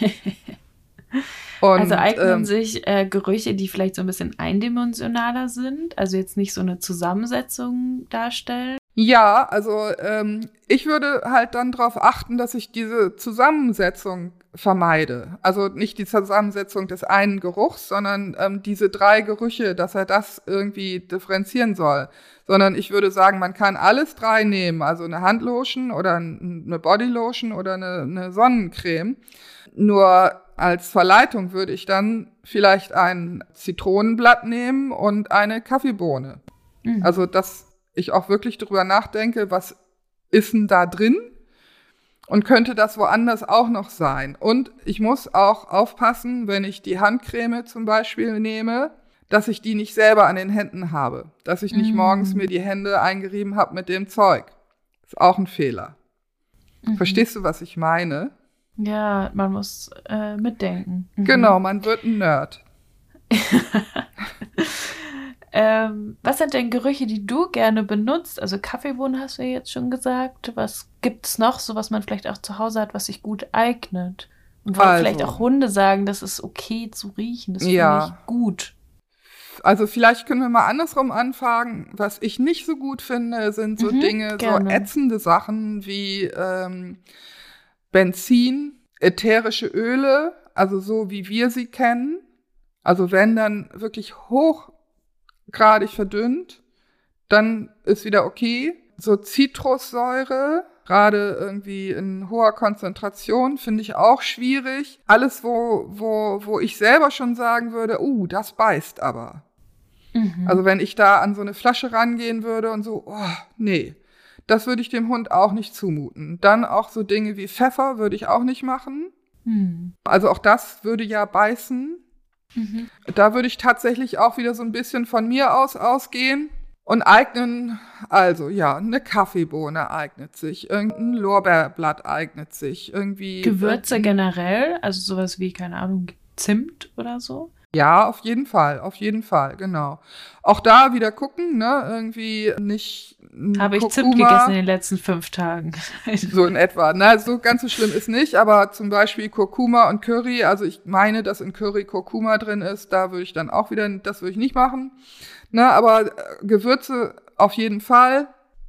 Und, also eignen sich Gerüche, die vielleicht so ein bisschen eindimensionaler sind, also jetzt nicht so eine Zusammensetzung darstellen? Ja, also ich würde halt dann darauf achten, dass ich diese Zusammensetzung vermeide. Also nicht die Zusammensetzung des einen Geruchs, sondern diese 3 Gerüche, dass er das irgendwie differenzieren soll. Sondern ich würde sagen, man kann alles 3 nehmen, also eine Handlotion oder eine Bodylotion oder eine Sonnencreme. Nur als Verleitung würde ich dann vielleicht ein Zitronenblatt nehmen und eine Kaffeebohne. Also, dass ich auch wirklich drüber nachdenke, was ist denn da drin und könnte das woanders auch noch sein. Und ich muss auch aufpassen, wenn ich die Handcreme zum Beispiel nehme, dass ich die nicht selber an den Händen habe. Dass ich nicht morgens mir die Hände eingerieben habe mit dem Zeug. Das ist auch ein Fehler. Verstehst du, was ich meine? Ja, man muss mitdenken. Genau, man wird ein Nerd. Was sind denn Gerüche, die du gerne benutzt? Also Kaffeebohnen hast du ja jetzt schon gesagt. Was gibt's noch, so was man vielleicht auch zu Hause hat, was sich gut eignet? Und wo vielleicht auch Hunde sagen, das ist okay zu riechen, das finde ich gut. Also vielleicht können wir mal andersrum anfangen. Was ich nicht so gut finde, sind so Dinge, gerne. so ätzende Sachen wie Benzin, ätherische Öle, also so wie wir sie kennen. Also wenn dann wirklich hochgradig verdünnt, dann ist wieder okay. So Zitrussäure, gerade irgendwie in hoher Konzentration, finde ich auch schwierig. Alles, wo ich selber schon sagen würde, das beißt aber. Also wenn ich da an so eine Flasche rangehen würde und so, nee. Das würde ich dem Hund auch nicht zumuten. Dann auch so Dinge wie Pfeffer würde ich auch nicht machen. Also auch das würde ja beißen. Da würde ich tatsächlich auch wieder so ein bisschen von mir ausgehen und eignen, also ja, eine Kaffeebohne eignet sich, irgendein Lorbeerblatt eignet sich, irgendwie. Gewürze generell, also sowas wie, keine Ahnung, Zimt oder so? Ja, auf jeden Fall, genau. Auch da wieder gucken, ne, irgendwie nicht Habe ich Zimt gegessen in den letzten 5 Tagen. So in etwa, ne, so ganz so schlimm ist nicht, aber zum Beispiel Kurkuma und Curry, also ich meine, dass in Curry Kurkuma drin ist, da würde ich dann auch wieder, das würde ich nicht machen, ne, aber Gewürze auf jeden Fall,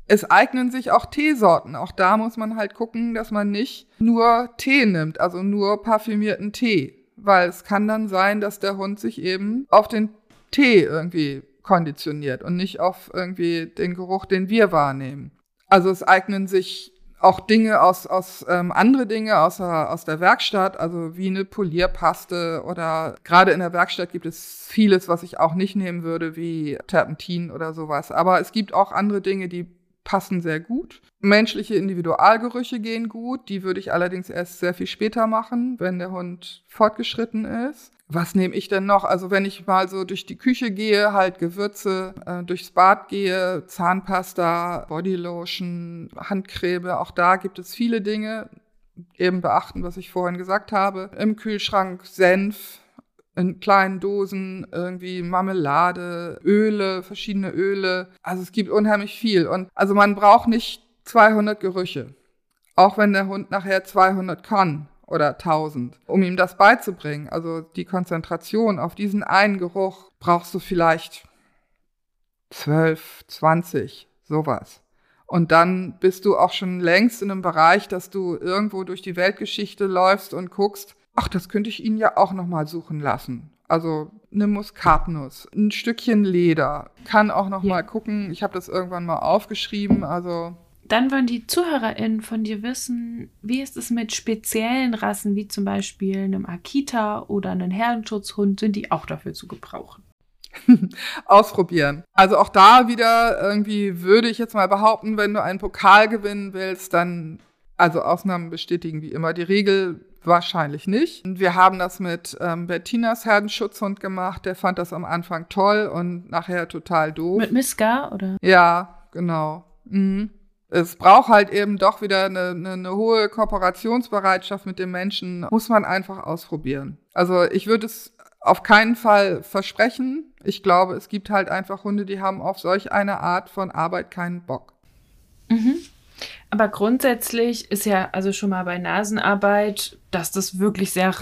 Es eignen sich auch Teesorten. Auch da muss man halt gucken, dass man nicht nur Tee nimmt, also nur parfümierten Tee. Weil es kann dann sein, dass der Hund sich eben auf den Tee irgendwie konditioniert und nicht auf irgendwie den Geruch, den wir wahrnehmen. Also es eignen sich auch Dinge andere Dinge aus der Werkstatt, also wie eine Polierpaste oder gerade in der Werkstatt gibt es vieles, was ich auch nicht nehmen würde, wie Terpentin oder sowas. Aber es gibt auch andere Dinge, die passen sehr gut. Menschliche Individualgerüche gehen gut, die würde ich allerdings erst sehr viel später machen, wenn der Hund fortgeschritten ist. Was nehme ich denn noch? Also wenn ich mal so durch die Küche gehe, halt Gewürze, durchs Bad gehe, Zahnpasta, Bodylotion, Handcreme, auch da gibt es viele Dinge. Eben beachten, was ich vorhin gesagt habe. Im Kühlschrank Senf, in kleinen Dosen, irgendwie Marmelade, Öle, verschiedene Öle. Also es gibt unheimlich viel. Und also man braucht nicht 200 Gerüche. Auch wenn der Hund nachher 200 kann. Oder 1000, um ihm das beizubringen. Also die Konzentration auf diesen einen Geruch brauchst du vielleicht 12, 20, sowas. Und dann bist du auch schon längst in einem Bereich, dass du irgendwo durch die Weltgeschichte läufst und guckst, ach, das könnte ich Ihnen ja auch nochmal suchen lassen. Also eine Muskatnuss, ein Stückchen Leder. Kann auch nochmal gucken, ich habe das irgendwann mal aufgeschrieben, also... Dann wollen die ZuhörerInnen von dir wissen, wie ist es mit speziellen Rassen, wie zum Beispiel einem Akita oder einem Herdenschutzhund, sind die auch dafür zu gebrauchen? Ausprobieren. Also auch da wieder irgendwie würde ich jetzt mal behaupten, wenn du einen Pokal gewinnen willst, dann, also Ausnahmen bestätigen wie immer die Regel, wahrscheinlich nicht. Und wir haben das mit Bettinas Herdenschutzhund gemacht, der fand das am Anfang toll und nachher total doof. Mit Miska, oder? Ja, genau. Mhm. Es braucht halt eben doch wieder eine hohe Kooperationsbereitschaft mit dem Menschen. Muss man einfach ausprobieren. Also ich würde es auf keinen Fall versprechen. Ich glaube, es gibt halt einfach Hunde, die haben auf solch eine Art von Arbeit keinen Bock. Mhm. Aber grundsätzlich ist ja also schon mal bei Nasenarbeit, dass das wirklich sehr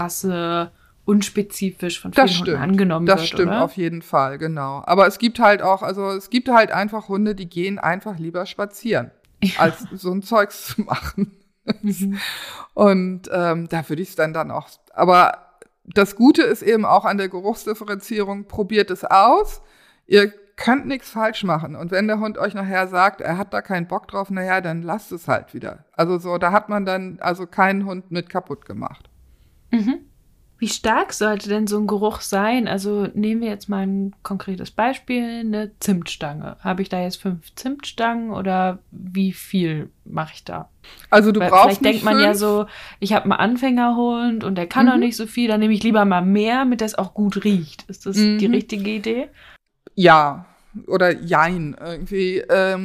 rasseunspezifisch von vielen Hunden angenommen wird, Das stimmt oder? auf jeden Fall, genau. Aber es gibt halt einfach Hunde, die gehen einfach lieber spazieren, als so ein Zeugs zu machen. Mhm. Und da würde ich es dann auch. Aber das Gute ist eben auch an der Geruchsdifferenzierung, probiert es aus. Ihr könnt nichts falsch machen. Und wenn der Hund euch nachher sagt, er hat da keinen Bock drauf, naja, dann lasst es halt wieder. Also so, da hat man dann also keinen Hund mit kaputt gemacht. Mhm. Wie stark sollte denn so ein Geruch sein? Also nehmen wir jetzt mal ein konkretes Beispiel, eine Zimtstange. Habe ich da jetzt 5 Zimtstangen oder wie viel mache ich da? Also du Weil brauchst vielleicht nicht denkt man 5. ja so, ich habe einen Anfängerhund und der kann noch nicht so viel, dann nehme ich lieber mal mehr, damit das auch gut riecht. Ist das die richtige Idee? Ja, oder jein irgendwie.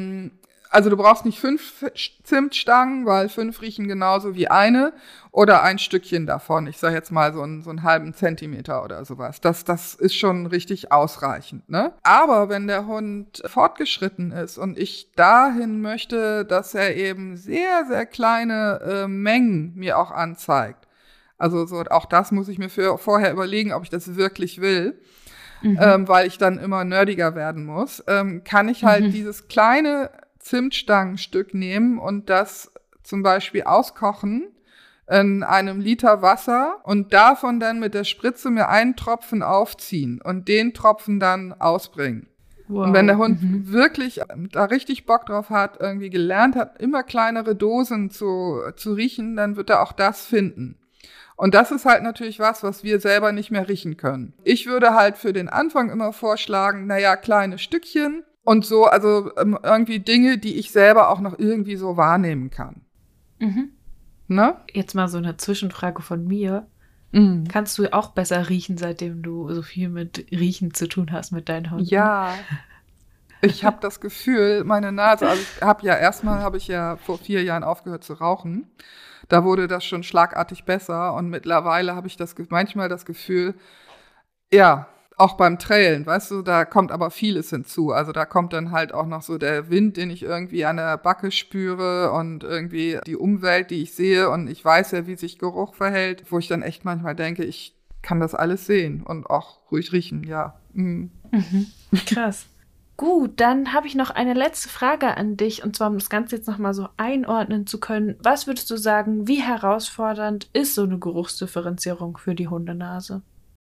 Also du brauchst nicht 5 Zimtstangen, weil 5 riechen genauso wie eine oder ein Stückchen davon. Ich sage jetzt mal so einen halben Zentimeter oder sowas. Das ist schon richtig ausreichend, ne? Aber wenn der Hund fortgeschritten ist und ich dahin möchte, dass er eben sehr, sehr kleine Mengen mir auch anzeigt. Also so auch das muss ich mir vorher überlegen, ob ich das wirklich will. Weil ich dann immer nerdiger werden muss, kann ich halt dieses kleine Zimtstangenstück nehmen und das zum Beispiel auskochen in einem Liter Wasser und davon dann mit der Spritze mir einen Tropfen aufziehen und den Tropfen dann ausbringen. Wow. Und wenn der Hund wirklich da richtig Bock drauf hat, irgendwie gelernt hat, immer kleinere Dosen zu riechen, dann wird er auch das finden. Und das ist halt natürlich was wir selber nicht mehr riechen können. Ich würde halt für den Anfang immer vorschlagen, kleine Stückchen und so, also irgendwie Dinge, die ich selber auch noch irgendwie so wahrnehmen kann. Mhm. Ne? Jetzt mal so eine Zwischenfrage von mir. Kannst du auch besser riechen, seitdem du so viel mit Riechen zu tun hast mit deinen Hunden? Ja. Ich habe das Gefühl, meine Nase, also habe ich ja vor 4 Jahren aufgehört zu rauchen. Da wurde das schon schlagartig besser und mittlerweile habe ich manchmal das Gefühl, ja, auch beim Trailen, weißt du, da kommt aber vieles hinzu. Also da kommt dann halt auch noch so der Wind, den ich irgendwie an der Backe spüre und irgendwie die Umwelt, die ich sehe und ich weiß ja, wie sich Geruch verhält, wo ich dann echt manchmal denke, ich kann das alles sehen und auch ruhig riechen, ja. Krass. Gut, dann habe ich noch eine letzte Frage an dich, und zwar, um das Ganze jetzt nochmal so einordnen zu können. Was würdest du sagen, wie herausfordernd ist so eine Geruchsdifferenzierung für die Hundenase?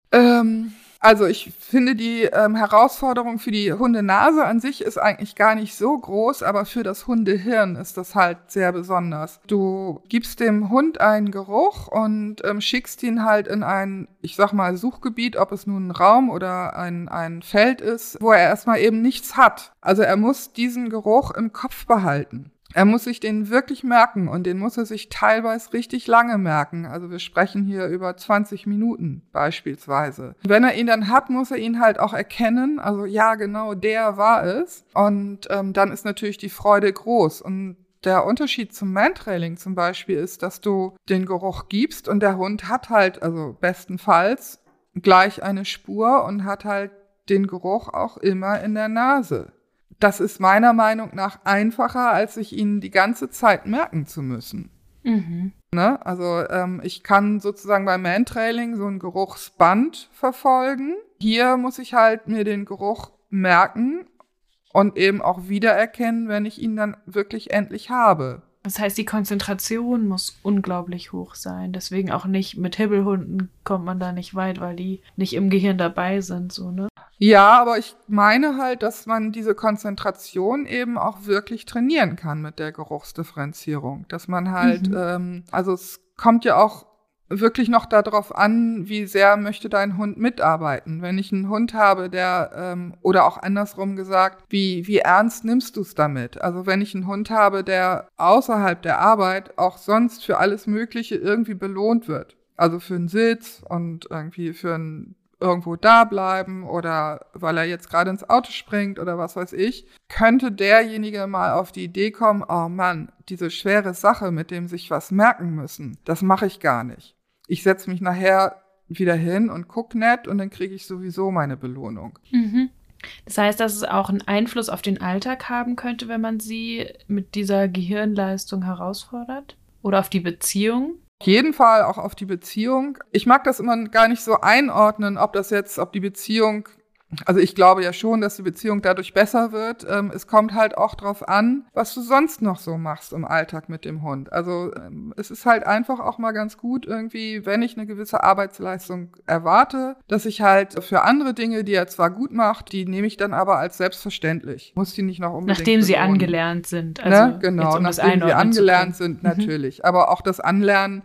Also ich finde, die Herausforderung für die Hundenase an sich ist eigentlich gar nicht so groß, aber für das Hundehirn ist das halt sehr besonders. Du gibst dem Hund einen Geruch und schickst ihn halt in ein, ich sag mal, Suchgebiet, ob es nun ein Raum oder ein Feld ist, wo er erstmal eben nichts hat. Also er muss diesen Geruch im Kopf behalten. Er muss sich den wirklich merken und den muss er sich teilweise richtig lange merken. Also wir sprechen hier über 20 Minuten beispielsweise. Wenn er ihn dann hat, muss er ihn halt auch erkennen. Also ja, genau, der war es. Und dann ist natürlich die Freude groß. Und der Unterschied zum Mantrailing zum Beispiel ist, dass du den Geruch gibst und der Hund hat halt, also bestenfalls, gleich eine Spur und hat halt den Geruch auch immer in der Nase. Das ist meiner Meinung nach einfacher, als sich ihn die ganze Zeit merken zu müssen. Mhm. Ne? Also ich kann sozusagen beim Mantrailing so ein Geruchsband verfolgen. Hier muss ich halt mir den Geruch merken und eben auch wiedererkennen, wenn ich ihn dann wirklich endlich habe. Das heißt, die Konzentration muss unglaublich hoch sein. Deswegen auch nicht mit Hibbelhunden kommt man da nicht weit, weil die nicht im Gehirn dabei sind, so, ne? Ja, aber ich meine halt, dass man diese Konzentration eben auch wirklich trainieren kann mit der Geruchsdifferenzierung. Dass man halt, also es kommt ja auch wirklich noch darauf an, wie sehr möchte dein Hund mitarbeiten. Wenn ich einen Hund habe, der, oder auch andersrum gesagt, wie ernst nimmst du es damit? Also wenn ich einen Hund habe, der außerhalb der Arbeit auch sonst für alles Mögliche irgendwie belohnt wird. Also für einen Sitz und irgendwie für ein irgendwo da bleiben oder weil er jetzt gerade ins Auto springt oder was weiß ich, könnte derjenige mal auf die Idee kommen, oh Mann, diese schwere Sache, mit dem sich was merken müssen, das mache ich gar nicht. Ich setze mich nachher wieder hin und gucke nett und dann kriege ich sowieso meine Belohnung. Mhm. Das heißt, dass es auch einen Einfluss auf den Alltag haben könnte, wenn man sie mit dieser Gehirnleistung herausfordert? Oder auf die Beziehung? Auf jeden Fall auch auf die Beziehung. Ich mag das immer gar nicht so einordnen, ob die Beziehung, also ich glaube ja schon, dass die Beziehung dadurch besser wird. Es kommt halt auch drauf an, was du sonst noch so machst im Alltag mit dem Hund. Also es ist halt einfach auch mal ganz gut irgendwie, wenn ich eine gewisse Arbeitsleistung erwarte, dass ich halt für andere Dinge, die er zwar gut macht, die nehme ich dann aber als selbstverständlich. Muss die nicht noch unbedingt nachdem sie belohnen. angelernt sind. Also ne? Genau, jetzt, nachdem sie angelernt sind, natürlich. Aber auch das Anlernen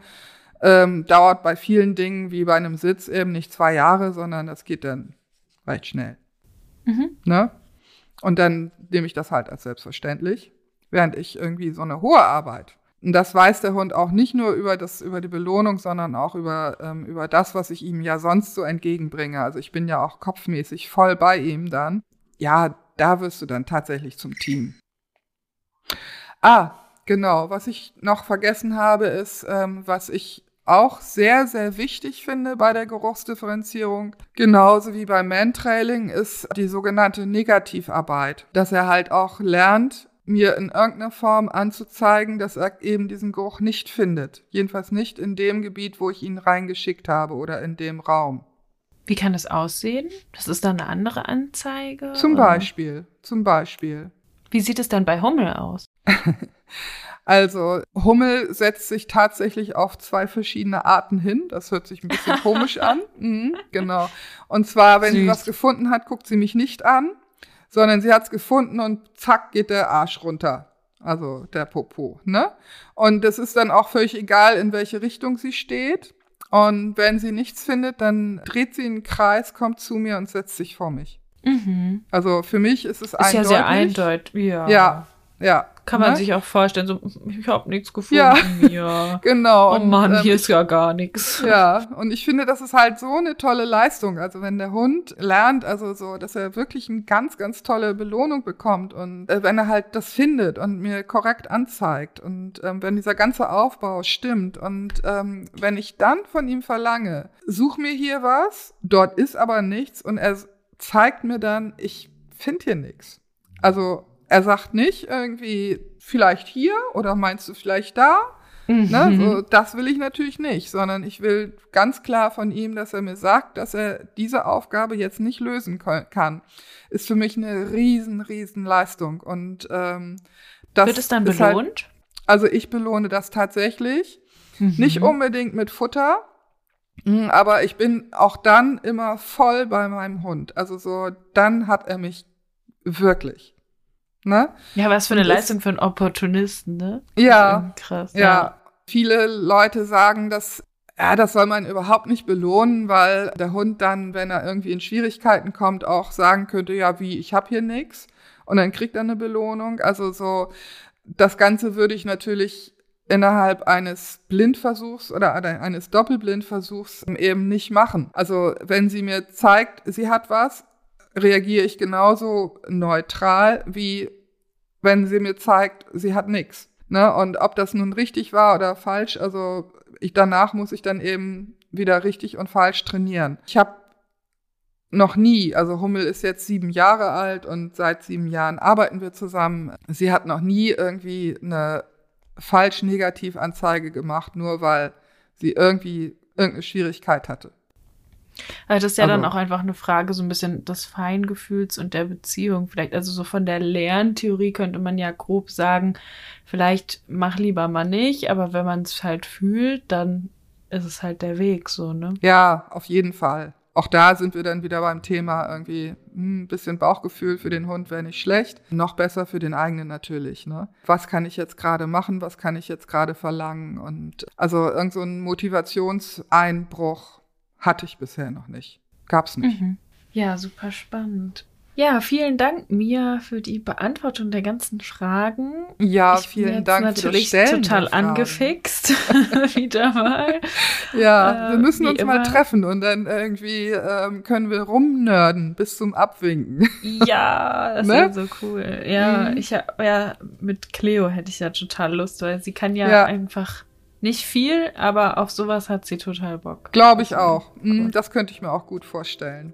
dauert bei vielen Dingen wie bei einem Sitz eben nicht 2 Jahre, sondern das geht dann recht schnell. Ne? Und dann nehme ich das halt als selbstverständlich, während ich irgendwie so eine hohe Arbeit. Und das weiß der Hund auch nicht nur über die Belohnung, sondern auch über das, was ich ihm ja sonst so entgegenbringe. Also ich bin ja auch kopfmäßig voll bei ihm dann. Ja, da wirst du dann tatsächlich zum Team. Genau. Was ich noch vergessen habe, ist, was ich auch sehr, sehr wichtig finde bei der Geruchsdifferenzierung, genauso wie beim Mantrailing, ist die sogenannte Negativarbeit. Dass er halt auch lernt, mir in irgendeiner Form anzuzeigen, dass er eben diesen Geruch nicht findet. Jedenfalls nicht in dem Gebiet, wo ich ihn reingeschickt habe oder in dem Raum. Wie kann das aussehen? Das ist dann eine andere Anzeige? Zum Beispiel. Wie sieht es dann bei Hummel aus? Also Hummel setzt sich tatsächlich auf 2 verschiedene Arten hin. Das hört sich ein bisschen komisch an. Genau. Und zwar, wenn sie was gefunden hat, guckt sie mich nicht an, sondern sie hat es gefunden und zack geht der Arsch runter. Also der Popo, ne? Und es ist dann auch völlig egal, in welche Richtung sie steht. Und wenn sie nichts findet, dann dreht sie einen Kreis, kommt zu mir und setzt sich vor mich. Also für mich ist es eindeutig. Ist ja sehr eindeutig, Ja. Kann man sich auch vorstellen, so, ich habe nichts gefunden. Ja, genau. Oh Mann, hier ist ja gar nichts. Ja, und ich finde, das ist halt so eine tolle Leistung. Also wenn der Hund lernt, also so, dass er wirklich eine ganz, ganz tolle Belohnung bekommt und wenn er halt das findet und mir korrekt anzeigt und wenn dieser ganze Aufbau stimmt und wenn ich dann von ihm verlange, such mir hier was, dort ist aber nichts und er zeigt mir dann, ich finde hier nichts. Also er sagt nicht irgendwie, vielleicht hier oder meinst du vielleicht da, Ne? So, das will ich natürlich nicht, sondern ich will ganz klar von ihm, dass er mir sagt, dass er diese Aufgabe jetzt nicht lösen kann. Ist für mich eine riesen Leistung. Und das wird es dann belohnt? Halt, also ich belohne das tatsächlich. Nicht unbedingt mit Futter, aber ich bin auch dann immer voll bei meinem Hund. Also so, dann hat er mich wirklich. Ne? Ja, was für eine Leistung für einen Opportunisten, ne? Ja, krass. Ja. Viele Leute sagen, das soll man überhaupt nicht belohnen, weil der Hund dann, wenn er irgendwie in Schwierigkeiten kommt, auch sagen könnte, ja, ich habe hier nichts. Und dann kriegt er eine Belohnung. Also so, das Ganze würde ich natürlich innerhalb eines Blindversuchs oder eines Doppelblindversuchs eben nicht machen. Also wenn sie mir zeigt, sie hat was, reagiere ich genauso neutral, wie wenn sie mir zeigt, sie hat nichts. Ne? Und ob das nun richtig war oder falsch, also danach muss ich dann eben wieder richtig und falsch trainieren. Ich habe noch nie, also Hummel ist jetzt 7 Jahre alt und seit 7 Jahren arbeiten wir zusammen. Sie hat noch nie irgendwie eine Falsch-Negativ-Anzeige gemacht, nur weil sie irgendwie irgendeine Schwierigkeit hatte. Also das ist ja dann auch einfach eine Frage so ein bisschen des Feingefühls und der Beziehung vielleicht. Also so von der Lerntheorie könnte man ja grob sagen, vielleicht mach lieber mal nicht, aber wenn man es halt fühlt, dann ist es halt der Weg so, ne? Ja, auf jeden Fall. Auch da sind wir dann wieder beim Thema irgendwie ein bisschen Bauchgefühl für den Hund wäre nicht schlecht. Noch besser für den eigenen natürlich, ne? Was kann ich jetzt gerade machen? Was kann ich jetzt gerade verlangen? Und also irgend so ein Motivationseinbruch hatte ich bisher noch nicht. Gab's nicht. Ja, super spannend. Ja, vielen Dank, Mia, für die Beantwortung der ganzen Fragen. Ja, vielen Dank für das Stellen. Ich bin natürlich total angefixt. Wieder mal. Ja, wir müssen uns mal treffen und dann irgendwie können wir rumnörden bis zum Abwinken. Ja, das wäre so cool. Ja, mit Cleo hätte ich ja total Lust, weil sie kann ja einfach nicht viel, aber auf sowas hat sie total Bock. Glaube ich auch. Cool. Das könnte ich mir auch gut vorstellen.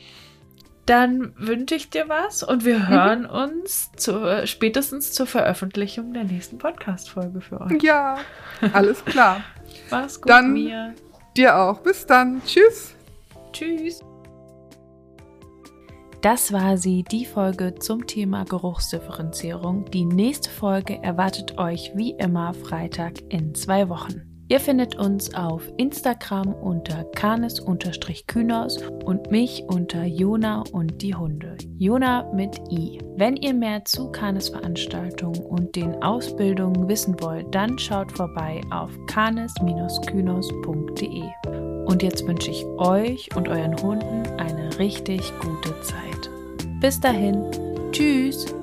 Dann wünsche ich dir was und wir hören uns spätestens zur Veröffentlichung der nächsten Podcast-Folge für euch. Ja, alles klar. Mach's gut, dann Mia. Dir auch. Bis dann. Tschüss. Tschüss. Das war sie, die Folge zum Thema Geruchsdifferenzierung. Die nächste Folge erwartet euch wie immer Freitag in 2 Wochen. Ihr findet uns auf Instagram unter Canis_Kynos und mich unter Jona und die Hunde. Jona mit I. Wenn ihr mehr zu Canis-Veranstaltungen und den Ausbildungen wissen wollt, dann schaut vorbei auf canis-kynos.de. Und jetzt wünsche ich euch und euren Hunden eine richtig gute Zeit. Bis dahin, tschüss!